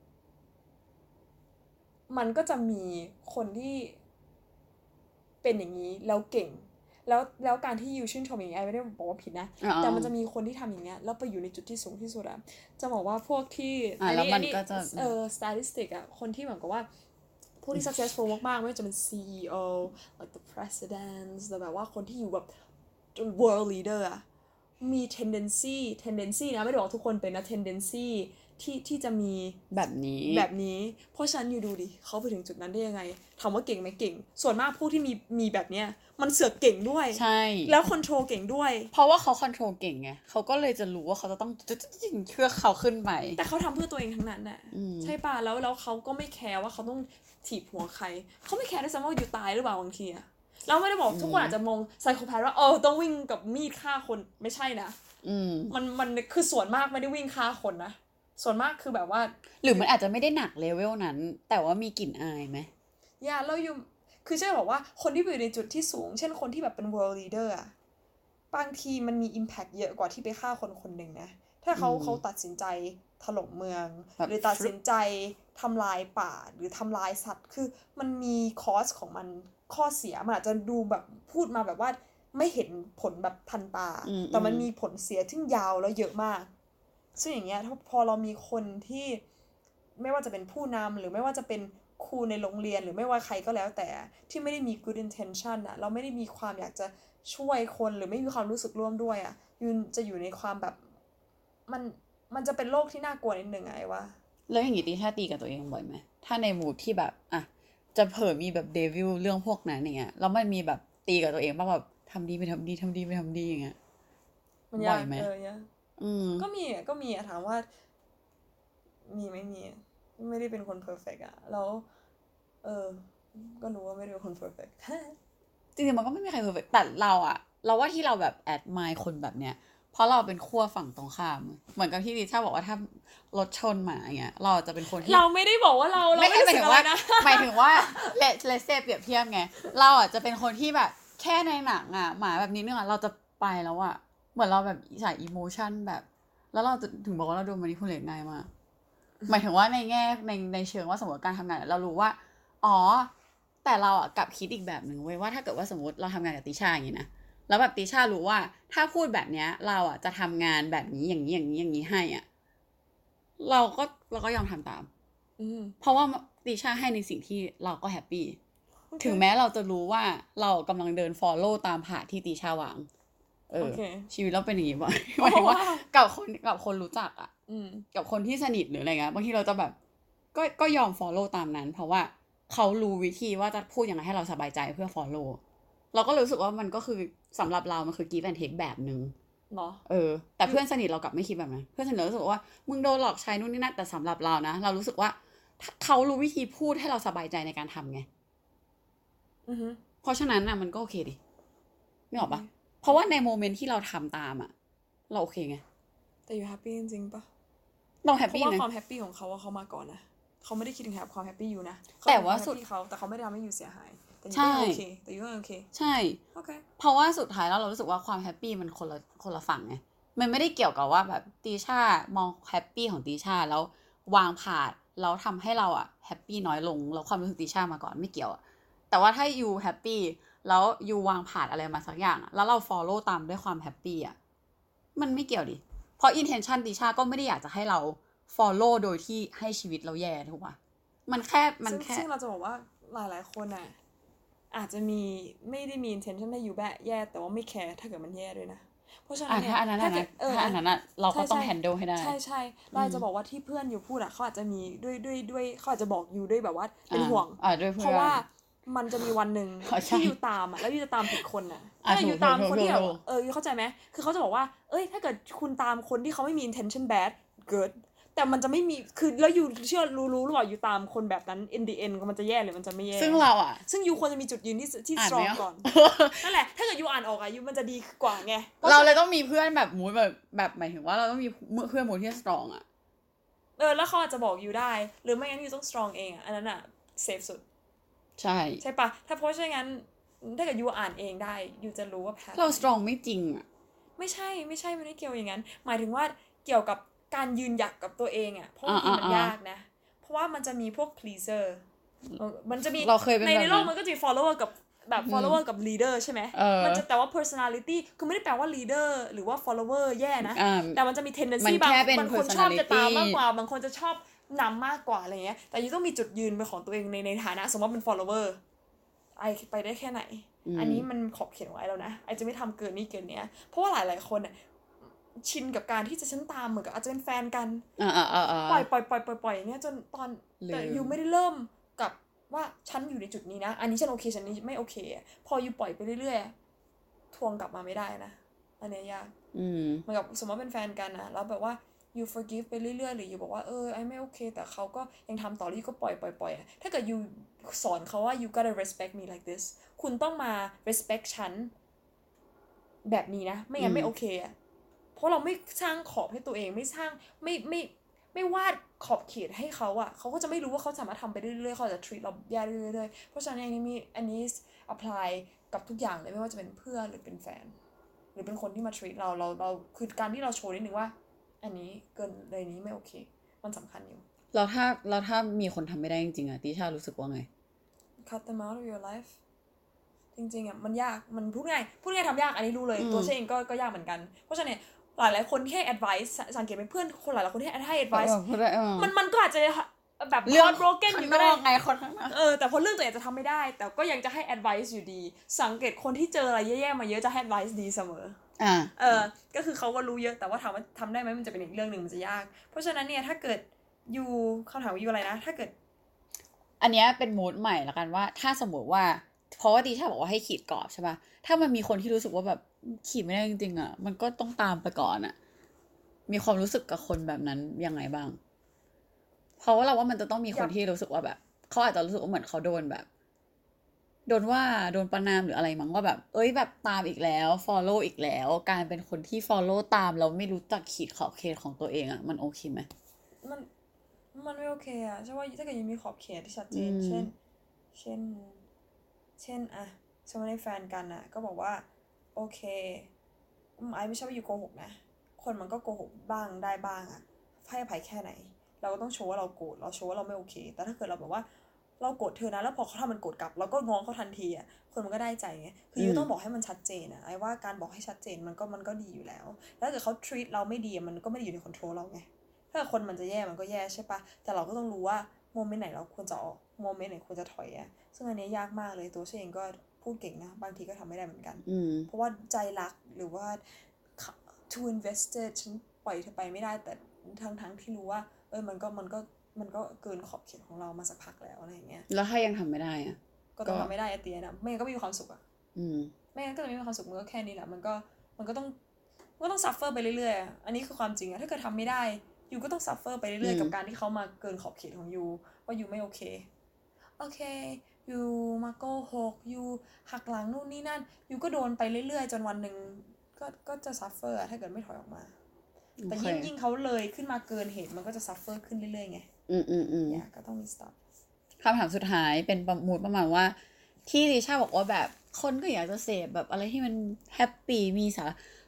มันก็จะมีคนที่เป็นอย่างนี้แล้วเก่งแล้วการที่ยูชื่นชมอย่างนี้ไอไม่ได้บอกว่าผิดนะแต่มันจะมีคนที่ทำอย่างเงี้ยแล้วไปอยู่ในจุดที่สูงที่สุดอะจะบอกว่าพวกที่อันนี้ statistic อะคนที่เหมือนกับว่าพวกที่ successful มากๆไม่ว่าจะเป็น CEO like the president แต่แบบว่าคนที่อยู่แบบ world leader อะมี tendency นะไม่ได้บอกทุกคนเป็นนะ tendency ที่จะมีแบบนี้เพราะฉะนั้นอยู่ดูดิเขาไปถึงจุดนั้นได้ยังไงถามว่าเก่งไหมเก่งส่วนมากพวกที่มีแบบเนี้ยมันเสือกเก่งด้วยใช่แล้วคอนโทรลเก่งด้วยเพราะว่าเขาคอนโทรลเก่งไงเขาก็เลยจะรู้ว่าเขาจะต้องเพื่อเขาขึ้นไปแต่เขาทำเพื่อตัวเองทั้งนั้นน่ะใช่ป่ะแล้วเขาก็ไม่แคร์ว่าเขาต้องถีบหัวใครเขาไม่แคร์ด้วยซ้ำว่าอยู่ตายหรือเปล่าบางทีอะเราไม่ได้บอกทุกคนอาจจะมองไซโคแพธว่าต้องวิ่งกับมีดฆ่าคนไม่ใช่นะมันคือส่วนมากไม่ได้วิ่งฆ่าคนนะส่วนมากคือแบบว่าหรือมันอาจจะไม่ได้หนักเลเวลนั้นแต่ว่ามีกลิ่นอายไหมแล้วอยู่คือใช่บอกว่าคนที่อยู่ในจุดที่สูงเช่นคนที่แบบเป็น world leader อะบางทีมันมี impact เยอะกว่าที่ไปฆ่าคนคนหนึ่งนะถ้าเขาตัดสินใจถล่มเมืองหรือตัดสินใจทำลายป่าหรือทำลายสัตว์คือมันมีคอสของมันข้อเสียมันอาจจะดูแบบพูดมาแบบว่าไม่เห็นผลแบบทันตาแต่มันมีผลเสียที่ยาวแล้วเยอะมากซึ่งอย่างเงี้ยพอเรามีคนที่ไม่ว่าจะเป็นผู้นำหรือไม่ว่าจะเป็นครูในโรงเรียนหรือไม่ว่าใครก็แล้วแต่ที่ไม่ได้มี good intention อะเราไม่ได้มีความอยากจะช่วยคนหรือไม่มีความรู้สึกร่วมด้วยอะยูจะอยู่ในความแบบมันจะเป็นโลกที่น่ากลัวนิดนึงไงวะแล้วอย่างงี้ตีกับตัวเองบ่อยไหมถ้าในมูดที่แบบจะเผลอมีแบบเดวิลเรื่องพวกนั้นอย่างเงี้ยแล้วมันมีแบบตีกับตัวเองป่ะแบบทำดีไม่ทำดีทำดีไม่ทำดีอย่างเงี้ยมันบ่อยไหมก็มีถามว่ามีไม่มีไม่ได้เป็นคนเพอร์เฟกต์อะแล้วก็รู้ว่าไม่ได้เป็นคนเพอร์เฟกต์จริงๆมันก็ไม่มีใครเพอร์เฟกต์แต่เราว่าที่เราแบบแอดมายคนแบบเนี้ยเพราะเราเป็นขั้วฝั่งตรงข้ามเหมือนกับที่ดิชาบอกว่าถ้ารถชนหมาอย่างเงี้ยเราจะเป็นคนที่เราไม่ได้บอกว่าเราไม่ได้ถึงว่านะหมายถึงว่าเลเซเปรียบเทียบไงเราจะเป็นคนที่แบบแค่ในหนังหมาแบบนี้นึงเราจะไปแล้วเหมือนเราแบบใส่อิโมชันแบบแล้วเราจะถึงบอกว่าเราโดนมานิพูเลตง่ายมากหมายถึงว่าในแง่ในเชิงว่าสมมติการทำงานเรารู้ว่าแต่เรากลับคิดอีกแบบหนึ่งเว้ยว่าถ้าเกิดว่าสมมติเราทำงานกับติช่าอย่างนี้นะแล้วแบบติช่ารู้ว่าถ้าพูดแบบเนี้ยเราจะทำงานแบบนี้อย่างนี้ให้เราก็ยอมทำตามเพราะว่าติช่าให้ในสิ่งที่เราก็แฮปปี้ถึงแม้เราจะรู้ว่าเรากำลังเดิน follow ตามผ่าที่ติช่าวางชีวิตเราเป็นอย่างนี้บ่อยหมายถึงว่ากับคนรู้จักกับคนที่สนิทหรืออะไรเงี้ยบางทีเราจะแบบก็ยอม follow ตามนั้นเพราะว่าเขารู้วิธีว่าจะพูดยังไงให้เราสบายใจเพื่อ follow เราก็รู้สึกว่ามันก็คือสำหรับเรามันคือ give and take แบบนึงเนาะแต่เพื่อนสนิทเรากลับไม่คิดแบบนั้นเพื่อนสนิทเรารู้สึกว่ามึงโดนหลอกใช้นู่นนี่นั่นแต่สำหรับเรานะเรารู้สึกว่าเขารู้วิธีพูดให้เราสบายใจในการทำไงเพราะฉะนั้นมันก็โอเคดิไม่ออกปะเพราะว่าในโมเมนต์ที่เราทำตามเราโอเคไงแต่อยู่แฮปปี้จริงๆปะเราแฮปปี้นะเพราะว่าความแฮปปี้ของเขาว่าเขามาก่อนนะเขาไม่ได้คิดถึงความแฮปปี้อยู่นะแต่ว่าสุดเขาแต่เขาไม่ได้ทำให้อยู่เสียหายแต่ใช่โอเคแต่ยูก็โอเคใช่เพราะว่าสุดท้ายแล้วเรารู้สึกว่าความแฮปปี้มันคนละฝั่งไงมันไม่ได้เกี่ยวกับว่าแบบตีชามองแฮปปี้ของตีชาแล้ววางผ่านแล้วทำให้เราอะแฮปปี้น้อยลงแล้วความรู้สึกตีชามาก่อนไม่เกี่ยวอะแต่ว่าถ้ายูแฮปปี้แล้วยูวางผ่านอะไรมาสักอย่างอะแล้วเรา follow ตามด้วยความแฮปปี้อะมันไม่เกี่ยวดิเพราะ intention ตีชาก็ไม่ได้อยากจะให้เรา follow โดยที่ให้ชีวิตเราแย่ถูกปะมันแค่ซึ่งเราจะบอกว่าหลายๆคนอ่ะอาจจะไม่ได้มี intention ให้อยู่แบบแย่แต่ว่าไม่แคร์ถ้าเกิดมันแย่ด้วยนะเพราะฉะนั้นเนี่ยถ้าอันนั้นนะเราก็ต้อง handle ให้ได้ใช่เราจะบอกว่าที่เพื่อนอยู่พูดอ่ะเขาอาจจะมีด้วยเขาอาจจะบอกอยู่ด้วยแบบว่าเป็นห่วงเพราะว่ามันจะมีวันหนึ่งที่อยู่ตามอ่ะแล้วอยู่จะตามผิดคนอ่ะถ้าอยู่ตามคนที่แบบอยู่เข้าใจไหมคือเขาจะบอกว่าถ้าเกิดคุณตามคนที่เขาไม่มี intention bad goodแต่มันจะไม่มีคือแล้วอยู่เชื่อรู้หรือเปล่าอยู่ตามคนแบบนั้น in the end มันจะแย่หรือมันจะไม่แย่ซึ่งยูควรจะมีจุดยืนที่ strong ก่อนนั่นแหละถ้าเกิดยูอ่านออกยูมันจะดีกว่าไงเราเลยต้องมีเพื่อนแบบมูดแบบหมายถึงว่าเราต้องมีเพื่อนมูดที่ strong อ่ะแล้วเขาอาจจะบอกยูได้หรือไม่งั้นยูต้อง strong เองอันนั้นอ่ะ safe สุดใช่ปะถ้าเพราะฉะนั้นถ้าเกิดยูอ่านเองได้ยูจะรู้ว่าแพทเรา strong ไม่จริงอ่ะไม่ใช่ไม่ได้เกี่ยวอย่างนั้นหมายถึงว่าเกี่ยวกับการยืนหยัดกับตัวเองอ่ะเพราะมันยากนะเพราะว่ามันจะมีพวก pleaser มันจะมีในโลกมันก็จะมี follower กับแบบ follower กับ leader ใช่ไหมมันจะแต่ว่า personality คือไม่ได้แปลว่า leader หรือว่า follower แย่นะแต่มันจะมี tendency บางคนชอบจะตามมากกว่าบางคนจะชอบนำมากกว่าอะไรเงี้ยแต่ยูต้องมีจุดยืนเป็นของตัวเองในฐานะสมมติว่าเป็น follower ไอไปได้แค่ไหนอันนี้มันขอบเขตของไอแล้วนะไอจะไม่ทำเกินนี้เกินเนี้ยเพราะว่าหลายๆคนชินกับการที่จะฉันตามเหมือนกับอาจจะเป็นแฟนกันปล่อยอย่างเงี้ยจนตอนแต่ยูไม่ได้เริ่มกับว่าฉันอยู่ในจุดนี้นะอันนี้ฉันโอเคฉันนี้ไม่โอเคพอยูปล่อยไปเรื่อยๆทวงกลับมาไม่ได้นะอันนี้ยากเหมือนกับสมมติเป็นแฟนกันนะแล้วแบบว่ายู forgive ไปเรื่อยๆหรือยูบอกว่าไอไม่โอเคแต่เขาก็ยังทำต่อแล้วยูก็ปล่อยถ้าเกิดยูสอนเขาว่า you gotta respect me like this คุณต้องมา respect ฉันแบบนี้นะไม่งั้นไม่โอเคเพราะเราไม่สร้างขอบให้ตัวเองไม่สร้างไม่วาดขอบเขตให้เขาเขาก็จะไม่รู้ว่าเขาสามารถทำไปเรื่อยๆเขาจะ treat เราแย่เรื่อยๆเพราะฉะนั้นอันนี้ apply กับทุกอย่างเลยไม่ว่าจะเป็นเพื่อนหรือเป็นแฟนหรือเป็นคนที่มา treat เราคือการที่เราโชว์นิดนึงว่าอันนี้เกินเลยนี้ไม่โอเคมันสำคัญอยู่แล้วถ้ามีคนทำไม่ได้จริงๆติชารู้สึกว่าไง cut them out of your life จริงๆมันยากมันพูดง่ายทำยากอันนี้รู้เลยตัวเชนเองก็ยากเหมือนกันเพราะฉะนั้นหลายคนที่ให้ advice สังเกตเป็นเพื่อนคนหลายคนที่ให้ advice มันก็อาจจะแบบเรื่อง broken อยู่ก็ได้ไงคนข้างหน้าแต่พอเรื่องตัวเองจะทำไม่ได้แต่ก็ยังจะให้ advice อยู่ดีสังเกตคนที่เจออะไรแย่ๆมาเยอะจะให้ advice ดีเสมอก็คือเขาก็รู้เยอะแต่ว่าถามว่าทำได้ไหมมันจะเป็นอีกเรื่องนึงมันจะยากเพราะฉะนั้นเนี่ยถ้าเกิดอยู่เขาถามว่าอยู่อะไรนะถ้าเกิดอันนี้เป็นมูดใหม่ละกันว่าถ้าสมมติว่าเพราะว่าดิชาบอกว่าให้ขีดกรอบใช่ป่ะถ้ามันมีคนที่รู้สึกว่าแบบขีดไม่ได้จริงๆมันก็ต้องตามไปก่อนมีความรู้สึกกับคนแบบนั้นยังไงบ้างเพราะว่าเราว่ามันจะต้องมีคนที่รู้สึกว่าแบบเขาอาจจะรู้สึกว่าเหมือนเขาโดนแบบโดนประณามหรืออะไรมั้งว่าแบบแบบตามอีกแล้ว follow อีกแล้วการเป็นคนที่ follow ตามเราไม่รู้จักขีดขอบเขตของตัวเองมันโอเคไหมมันไม่โอเคใช่ว่าถ้าเกิดยังมีขอบเขตที่ชัดเจนเช่นสมมติในแฟนกันก็บอกว่าโอเคไอไม่ใช่ว่าอยู่โกหกนะคนมันก็โกหกบ้างได้บ้างให้อภัยแค่ไหนเราก็ต้องโชว์ว่าเราโกรธเราโชว์ว่าเราไม่โอเคแต่ถ้าเกิดเราบอกว่าเราโกรธเธอนะแล้วพอเขาทำมันโกรธกลับเราก็ง้อเขาทันทีคนมันก็ได้ใจไงคือยูต้องบอกให้มันชัดเจนไอว่าการบอกให้ชัดเจนมันก็ดีอยู่แล้วแล้วถ้าเกิดเขา treat เราไม่ดีมันก็ไม่ได้อยู่ใน control เราไงถ้าคนมันจะแย่มันก็แย่ใช่ปะแต่เราก็ต้องรู้ว่าโมเมนต์ไหนเราควรจะออกโมเมนต์ไหนควรจะถอยซึ่งอันนี้ยากมากเลยตัวเองก็พูดเก่งนะบางทีก็ทำไม่ได้เหมือนกันเพราะว่าใจรักหรือว่า too invested ฉันปล่อยเธอไปไม่ได้แต่ทั้งที่รู้ว่ามันก็เกินขอบเขตของเรามาสักพักแล้วอะไรอย่างเงี้ยแล้วถ้ายังทำไม่ได้ก็ต้องทำไม่ได้ตีนะไม่งั้นก็ไม่มีความสุขไม่งั้นก็จะไม่มีความสุขมันก็แค่นี้แหละมันก็ต้อง suffer ไปเรื่อยๆอันนี้คือความจริงถ้าเกิดทำไม่ได้ยูก็ต้อง suffer ไปเรื่อยๆกับการที่เขามาเกินขอบเขตของยูว่ายูไม่โอเคยูมาโกหกยูหักหลังนู่นนี่นั่นยูก็โดนไปเรื่อยๆจนวันหนึ่งก็จะ suffer ถ้าเกิดไม่ถอยออกมาแต่ยิ่งเขาเลยขึ้นมาเกินเหตุมันก็จะ suffer ขึ้นเรื่อยๆไงก็ต้องมี stop คำถามสุดท้ายเป็นประมาณว่าที่ดิชาบอกว่าแบบคนก็อยากจะเสพแบบอะไรที่มันแฮปปี้มีสาระ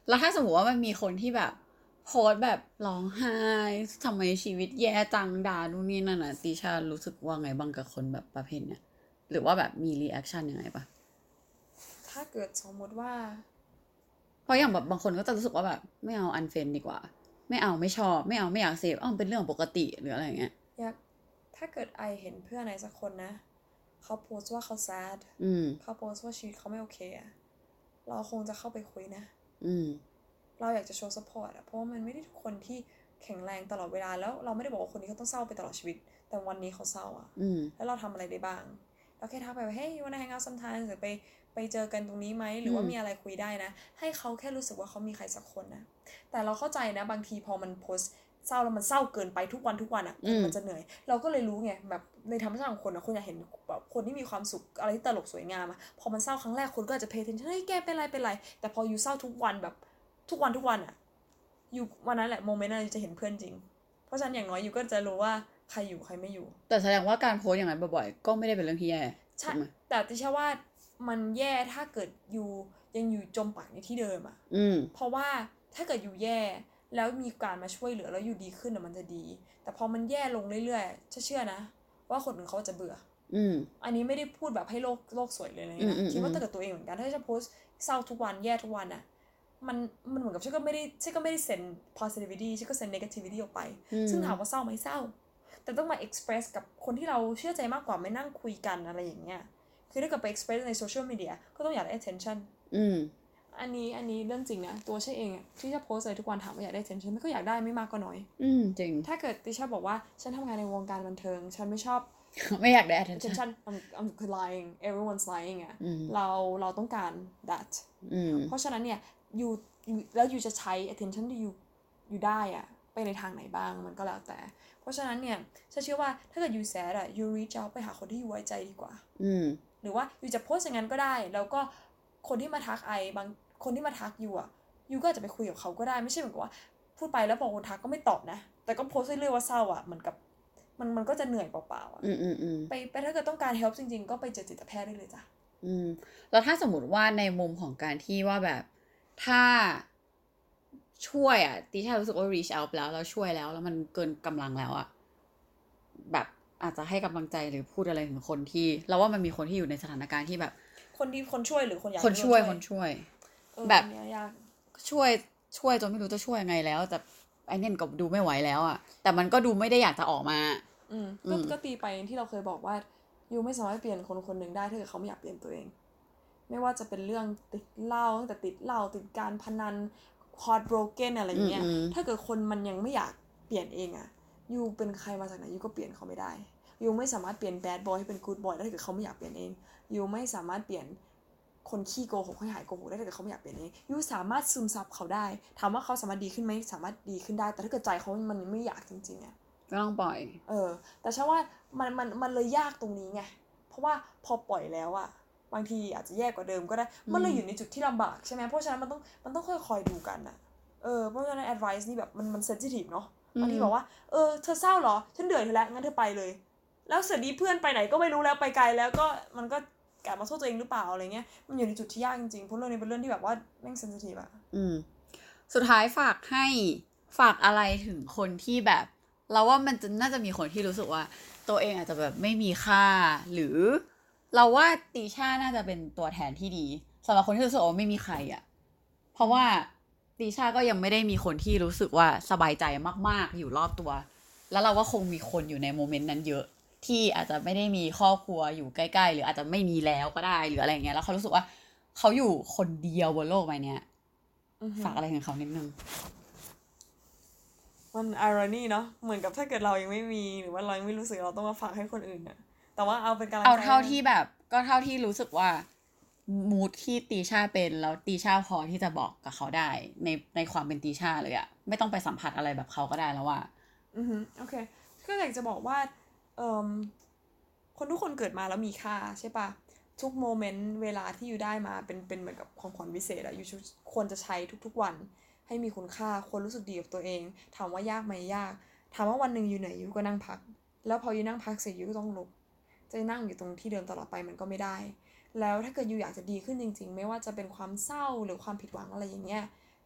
แล้วถ้าสมมติว่ามันมีคนที่แบบโพสต์แบบร้องไห้ทำไมชีวิตแย่จังด่านู่นนี่นั่นน่ะติชารู้สึกว่าไงบ้างกับคนแบบประเภทเนี้ยหรือว่าแบบมีรีแอคชั่นยังไงปะถ้าเกิดสมมติว่าเพราะอย่างแบบบางคนก็จะรู้สึกว่าแบบไม่เอาอันเฟนดีกว่าไม่เอาไม่ชอบไม่เอาไม่อยากเสพเป็นเรื่องปกติหรืออะไรเงี้ยอยากถ้าเกิดไอเห็นเพื่อนไหนสักคนนะเขาโพสต์ว่าเขา sad เขาโพสต์ว่าชีวิตเขาไม่โอเคอะเราคงจะเข้าไปคุยนะเราอยากจะโชว์ support อะเพราะว่ามันไม่ได้ทุกคนที่แข็งแรงตลอดเวลาแล้วเราไม่ได้บอกว่าคนนี้เขาต้องเศร้าไปตลอดชีวิตแต่วันนี้เขาเศร้าอะแล้วเราทำอะไรได้บ้างเราแค่ทักไปว่า hey you wanna hang out sometime หรือไปเจอกันตรงนี้ไหมหรือว่ามีอะไรคุยได้นะให้เขาแค่รู้สึกว่าเขามีใครสักคนนะแต่เราเข้าใจนะบางทีพอมันโพสเศร้าแล้วมันเศร้าเกินไปทุกวันอ่ะมันจะเหนื่อยเราก็เลยรู้ไงแบบในธรรมชาติของคนอะคนอยากเห็นแบบคนที่มีความสุขอะไรที่ตลกสวยงามอะพอมันเศร้าครั้งแรกคนก็อาจจะ pay attention เฮ้ยแกเป็นไรแต่พออยู่เศร้าทุกวันแบบทุกวันอะอยู่วันนั้นแหละโมเมนต์นั้นจะเห็นเพื่อนจริงเพราะฉะนั้นอย่างน้อยอยู่ก็จะรู้ว่าใครอยู่ใครไม่อยู่แต่แสดงว่าการโพสอย่างนั้นบ่อยๆก็ไม่ได้เป็นเรื่องที่แย่ใช่แต่ติเชื่อว่ามันแย่ถ้าเกิดอยู่ยังอยู่จมปักในที่เดิมอะเพราะว่าถ้าเกิดอยู่แย่แล้วมีการมาช่วยเหลือแล้วอยู่ดีขึ้นมันจะดีแต่พอมันแย่ลงเรื่อยๆเชื่อนะว่าคนอื่นเขาจะเบื่ออันนี้ไม่ได้พูดแบบให้โลกสวยเลยนะคิดว่าถ้าเกิดตัวเองเหมือนกันถ้าจะโพสเศร้าทุกวันแย่ทุกวันอะมันเหมือนกับฉันก็ไม่ได้เซน positivity ฉันก็เซน negativity ออกไปซึ่งถามว่าเศร้าไหมเศร้าแต่ต้องมา express กับคนที่เราเชื่อใจมากกว่าไม่นั่งคุยกันอะไรอย่างเงี้ยคือถ้าเกิดไป express ในโซเชียลมีเดียก็ต้องอยากได้ attention อันนี้เรื่องจริงนะตัวฉันเองอะที่จะโพสอะไรทุกวันถามว่าอยากได้ attention ไม่ก็อยากได้ไม่มากก็น้อยจริงถ้าเกิดติชาบอกว่าฉันทำงานในวงการบันเทิงฉันไม่ชอบไม่อยากได้ attention I'm lying everyone's lying อะเราต้องการ that เพราะฉะนั้นเนี่ยอยู่แล้วอยู่จะใช้ attention ที่อยู่ได้อะไปในทางไหนบ้างมันก็แล้วแต่เพราะฉะนั้นเนี่ยฉันเชื่อว่าถ้าเกิดอยู่ sad อะอยู่ reach out ไปหาคนที่อยู่ไว้ใจดีกว่าหรือว่าอยู่จะโพสอย่างนั้นก็ได้แล้วก็คนที่มาทักบางคนที่มาทักอยู่อะอยู่ก็อาจจะไปคุยกับเขาก็ได้ไม่ใช่เหมือนกับว่าพูดไปแล้วบอกคนทักก็ไม่ตอบนะแต่ก็โพสเรื่อยๆว่าเศร้าอะเหมือนกับมันก็จะเหนื่อยเปล่าๆอะไปถ้าเกิดต้องการ help จริงๆก็ไปเจอจิตแพทย์ได้เลยจ้ะแล้วถ้าสมมติว่าในมุมของการที่ว่าแบบถ้าช่วยติชารู้สึกว่า reach out แล้วเราช่วยแล้วมันเกินกำลังแล้วแบบอาจจะให้กำลังใจหรือพูดอะไรถึงคนที่เราว่ามันมีคนที่อยู่ในสถานการณ์ที่แบบคนช่วยหรือคนอยากคนช่วยแบบช่วยจนไม่รู้จะช่วยยังไงแล้วแต่ไอ้เนี่ยก็ดูไม่ไหวแล้วแต่มันก็ดูไม่ได้อยากจะออกมาก็ตีไปที่เราเคยบอกว่ายูไม่สามารถเปลี่ยนคนหนึ่งได้ถ้าเกิดเขาไม่อยากเปลี่ยนตัวเองไม่ว่าจะเป็นเรื่องติดเหล้าตั้งแต่ติดเหล้าติดการพนัน heartbroken อะไรอย่างเงี้ยถ้าเกิดคนมันยังไม่อยากเปลี่ยนเองยูเป็นใครมาจากไหนยูก็เปลี่ยนเขาไม่ได้ยูไม่สามารถเปลี่ยน bad boy ให้เป็น good boy ได้ถ้าเกิดเขาไม่อยากเปลี่ยนเองยูไม่สามารถเปลี่ยนคนขี้โกหกให้หายโกหกได้ถ้าเกิดเขาไม่อยากเปลี่ยนเองยูสามารถซึมซับเขาได้ถามว่าเขาสามารถดีขึ้นไหมสามารถดีขึ้นได้แต่ถ้าเกิดใจเขามันไม่อยากจริงๆก็ต้องปล่อยแต่ฉันว่ามันเลยยากตรงนี้ไงเพราะว่าพอปล่อยแล้วบางทีอาจจะแย่กว่าเดิมก็ได้มันเลยอยู่ในจุดที่ลำบากใช่ไหมเพราะฉะนั้นมันต้องค่อยๆดูกันเพราะฉะนั้น advice นี่แบบมัน sensitive เนาะบางทีบอกว่าเธอเศร้าเหรอฉันเดือดเธอแล้วงั้นเธอไปเลยแล้วเสร็จนี้เพื่อนไปไหนก็ไม่รู้แล้วไปไกลแล้วก็มันก็กลับมาโทษตัวเองหรือเปล่าอะไรเงี้ยมันอยู่ในจุดที่ยากจริงๆเพราะเรื่องนี้เป็นเรื่องที่แบบว่าแม่ง sensitive สุดท้ายฝากอะไรถึงคนที่แบบเราว่ามันน่าจะมีคนที่รู้สึกว่าตัวเองอาจจะแบบไม่มีค่าหรือเราว่าติช่าน่าจะเป็นตัวแทนที่ดีสำหรับคนที่รู้สึกว่าไม่มีใครเพราะว่าติช่าก็ยังไม่ได้มีคนที่รู้สึกว่าสบายใจมากๆอยู่รอบตัวแล้วเราว่าคงมีคนอยู่ในโมเมนต์นั้นเยอะที่อาจจะไม่ได้มีครอบครัวอยู่ใกล้ๆหรืออาจจะไม่มีแล้วก็ได้หรืออะไรเงี้ยแล้วเขารู้สึกว่าเขาอยู่คนเดียวบนโลกใบนี้ฝากอะไรถึงเขานิดนึงมัน irony เนาะเหมือนกับถ้าเกิดเรายังไม่มีหรือว่าเรายังไม่รู้สึกเราต้องมาฝากให้คนอื่นแต่ว่าเอาเป็นกำลังใจเอาเท่าที่แบบก็เท่าที่รู้สึกว่ามูดที่ตีชาเป็นแล้วตีชาพอที่จะบอกกับเขาได้ในความเป็นตีชาเลยไม่ต้องไปสัมผัสอะไรแบบเขาก็ได้แล้วโอเคก็อยากจะบอกว่าคนทุกคนเกิดมาแล้วมีค่าใช่ปะทุกโมเมนต์เวลาที่อยู่ได้มาเป็นเหมือนกับของขวัญพิเศษอยู่ควรจะใช้ทุกๆวันให้มีคุณค่าควรรู้สึกดีกับตัวเองถามว่ายากไหมยากถามว่าวันหนึ่งอยู่ไหนอยู่ก็นั่งพักแล้วพออยู่นั่งพักเสร็จอยู่ก็ต้องลุกจะนั่งอยู่ตรงที่เดิมตลอดไปมันก็ไม่ได้แล้วถ้าเกิดอยู่อยากจะดีขึ้นจริงๆไม่ว่าจะเป็นความเศร้าหรือความผิดหวังอะไรอย่างเงี้ย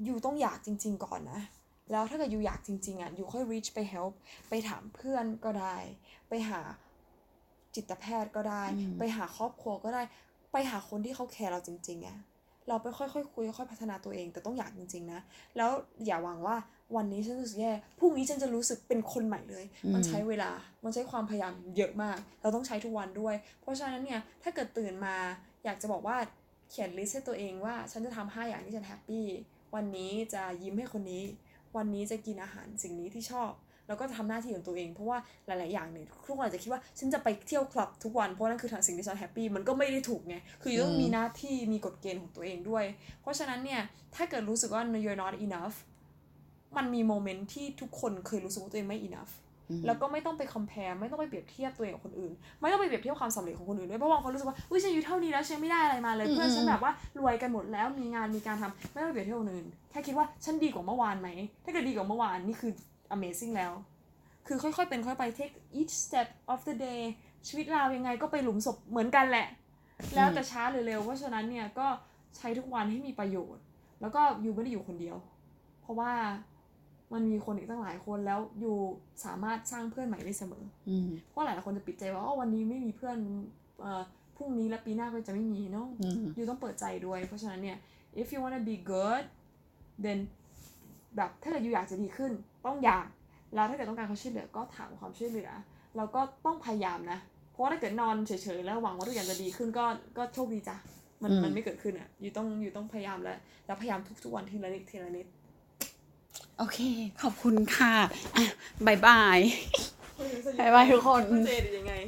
ยูต้องอยากจริงๆก่อนนะแล้วถ้าเกิดยูอยากจริงๆยูค่อย reach ไป help ไปถามเพื่อนก็ได้ไปหาจิตแพทย์ก็ได้ไปหาครอบครัวก็ได้ไปหาคนที่เขาแคร์เราจริงๆเราไปค่อยๆคุยค่อยๆพัฒนาตัวเองแต่ต้องอยากจริงๆนะแล้วอย่าหวังว่าวันนี้ฉันรู้สึกแย่พรุ่งนี้ฉันจะรู้สึกเป็นคนใหม่เลยมันใช้เวลามันใช้ความพยายามเยอะมากเราต้องใช้ทุกวันด้วยเพราะฉะนั้นเนี่ยถ้าเกิดตื่นมาอยากจะบอกว่าเขียนลิสต์ให้ตัวเองว่าฉันจะทำ5อย่างที่ฉันแฮปปี้วันนี้จะยิ้มให้คนนี้วันนี้จะกินอาหารสิ่งนี้ที่ชอบแล้วก็ทำหน้าที่ของตัวเองเพราะว่าหลายๆอย่างเนี่ยทุกคนอาจจะคิดว่าฉันจะไปเที่ยวคลับทุกวันเพราะนั่นคือสิ่งที่ฉันแฮปปี้มันก็ไม่ได้ถูกไงคือต้องมีหน้าที่มีกฎเกณฑ์ของตัวเองด้วยเพราะฉะนั้นเนี่ยถ้าเกิดรู้สึกว่า you're not enough มันมีโมเมนต์ที่ทุกคนเคยรู้สึกว่าตัวเองไม่ enough แล้วก็ไม่ต้องไป compare ไม่ต้องไปเปรียบเทียบตัวเองกับคนอื่นไม่ต้องไปเปรียบเทียบความสำเร็จของคนอื่นด้วยเพราะบางคนรู้สึกว่าอุ๊ยฉันอยู่เท่านี้แล้วฉันไม่ได้อะไรมาเลยเพื่อนฉันแบบว่ารวยกันหมดแล้วมีงานมีการทำไม่ต้องไปเปรียบเทียบคนอื่นแค่คิดว่าฉันดีกว่าเมื่อวานไหมถ้าเกิดดีกว่าเมื่อวานนี่คือ amazing แล้วคือค่อยๆเป็นค่อยไป take each step of the day ชีวิตเรายังไงก็ไปหลุมศพเหมือนกันแหละแล้วแต่ช้าหรือเร็วเพราะฉะนั้นเนี่ยก็ใช้ทุกวันให้มีประโยชน์แล้วก็อยู่ไม่ได้อยู่คนเดียวเพราะว่ามันมีคนอีกตั้งหลายคนแล้วอยู่สามารถสร้างเพื่อนใหม่ได้เสมอเพราะหลายคนจะปิดใจว่าวันนี้ไม่มีเพื่อนพรุ่งนี้และปีหน้าก็จะไม่มีเนาะอยู่ต้องเปิดใจด้วยเพราะฉะนั้นเนี่ย if you wanna be good then แบบถ้าเกิดอยู่อยากจะดีขึ้นต้องอยากแล้วถ้าเกิดต้องการความช่วยเหลือก็ถามความช่วยเหลือแล้วก็ต้องพยายามนะเพราะว่าถ้าเกิดนอนเฉยๆแล้วหวังว่าทุกอย่างจะดีขึ้นก็โชคดีจ้ะมันไม่เกิดขึ้นอยู่ต้องพยายามแล้วพยายามทุกวันทีละนิดโอเคขอบคุณค่ะบายบายบายบายทุกคนเจดยังไง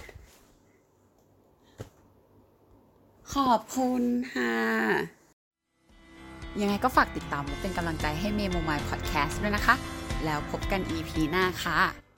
ขอบคุณค่ะยังไงก็ฝากติดตามและเป็นกำลังใจให้เมโมมายพอดแคสต์ด้วยนะคะแล้วพบกัน EP หน้าค่ะ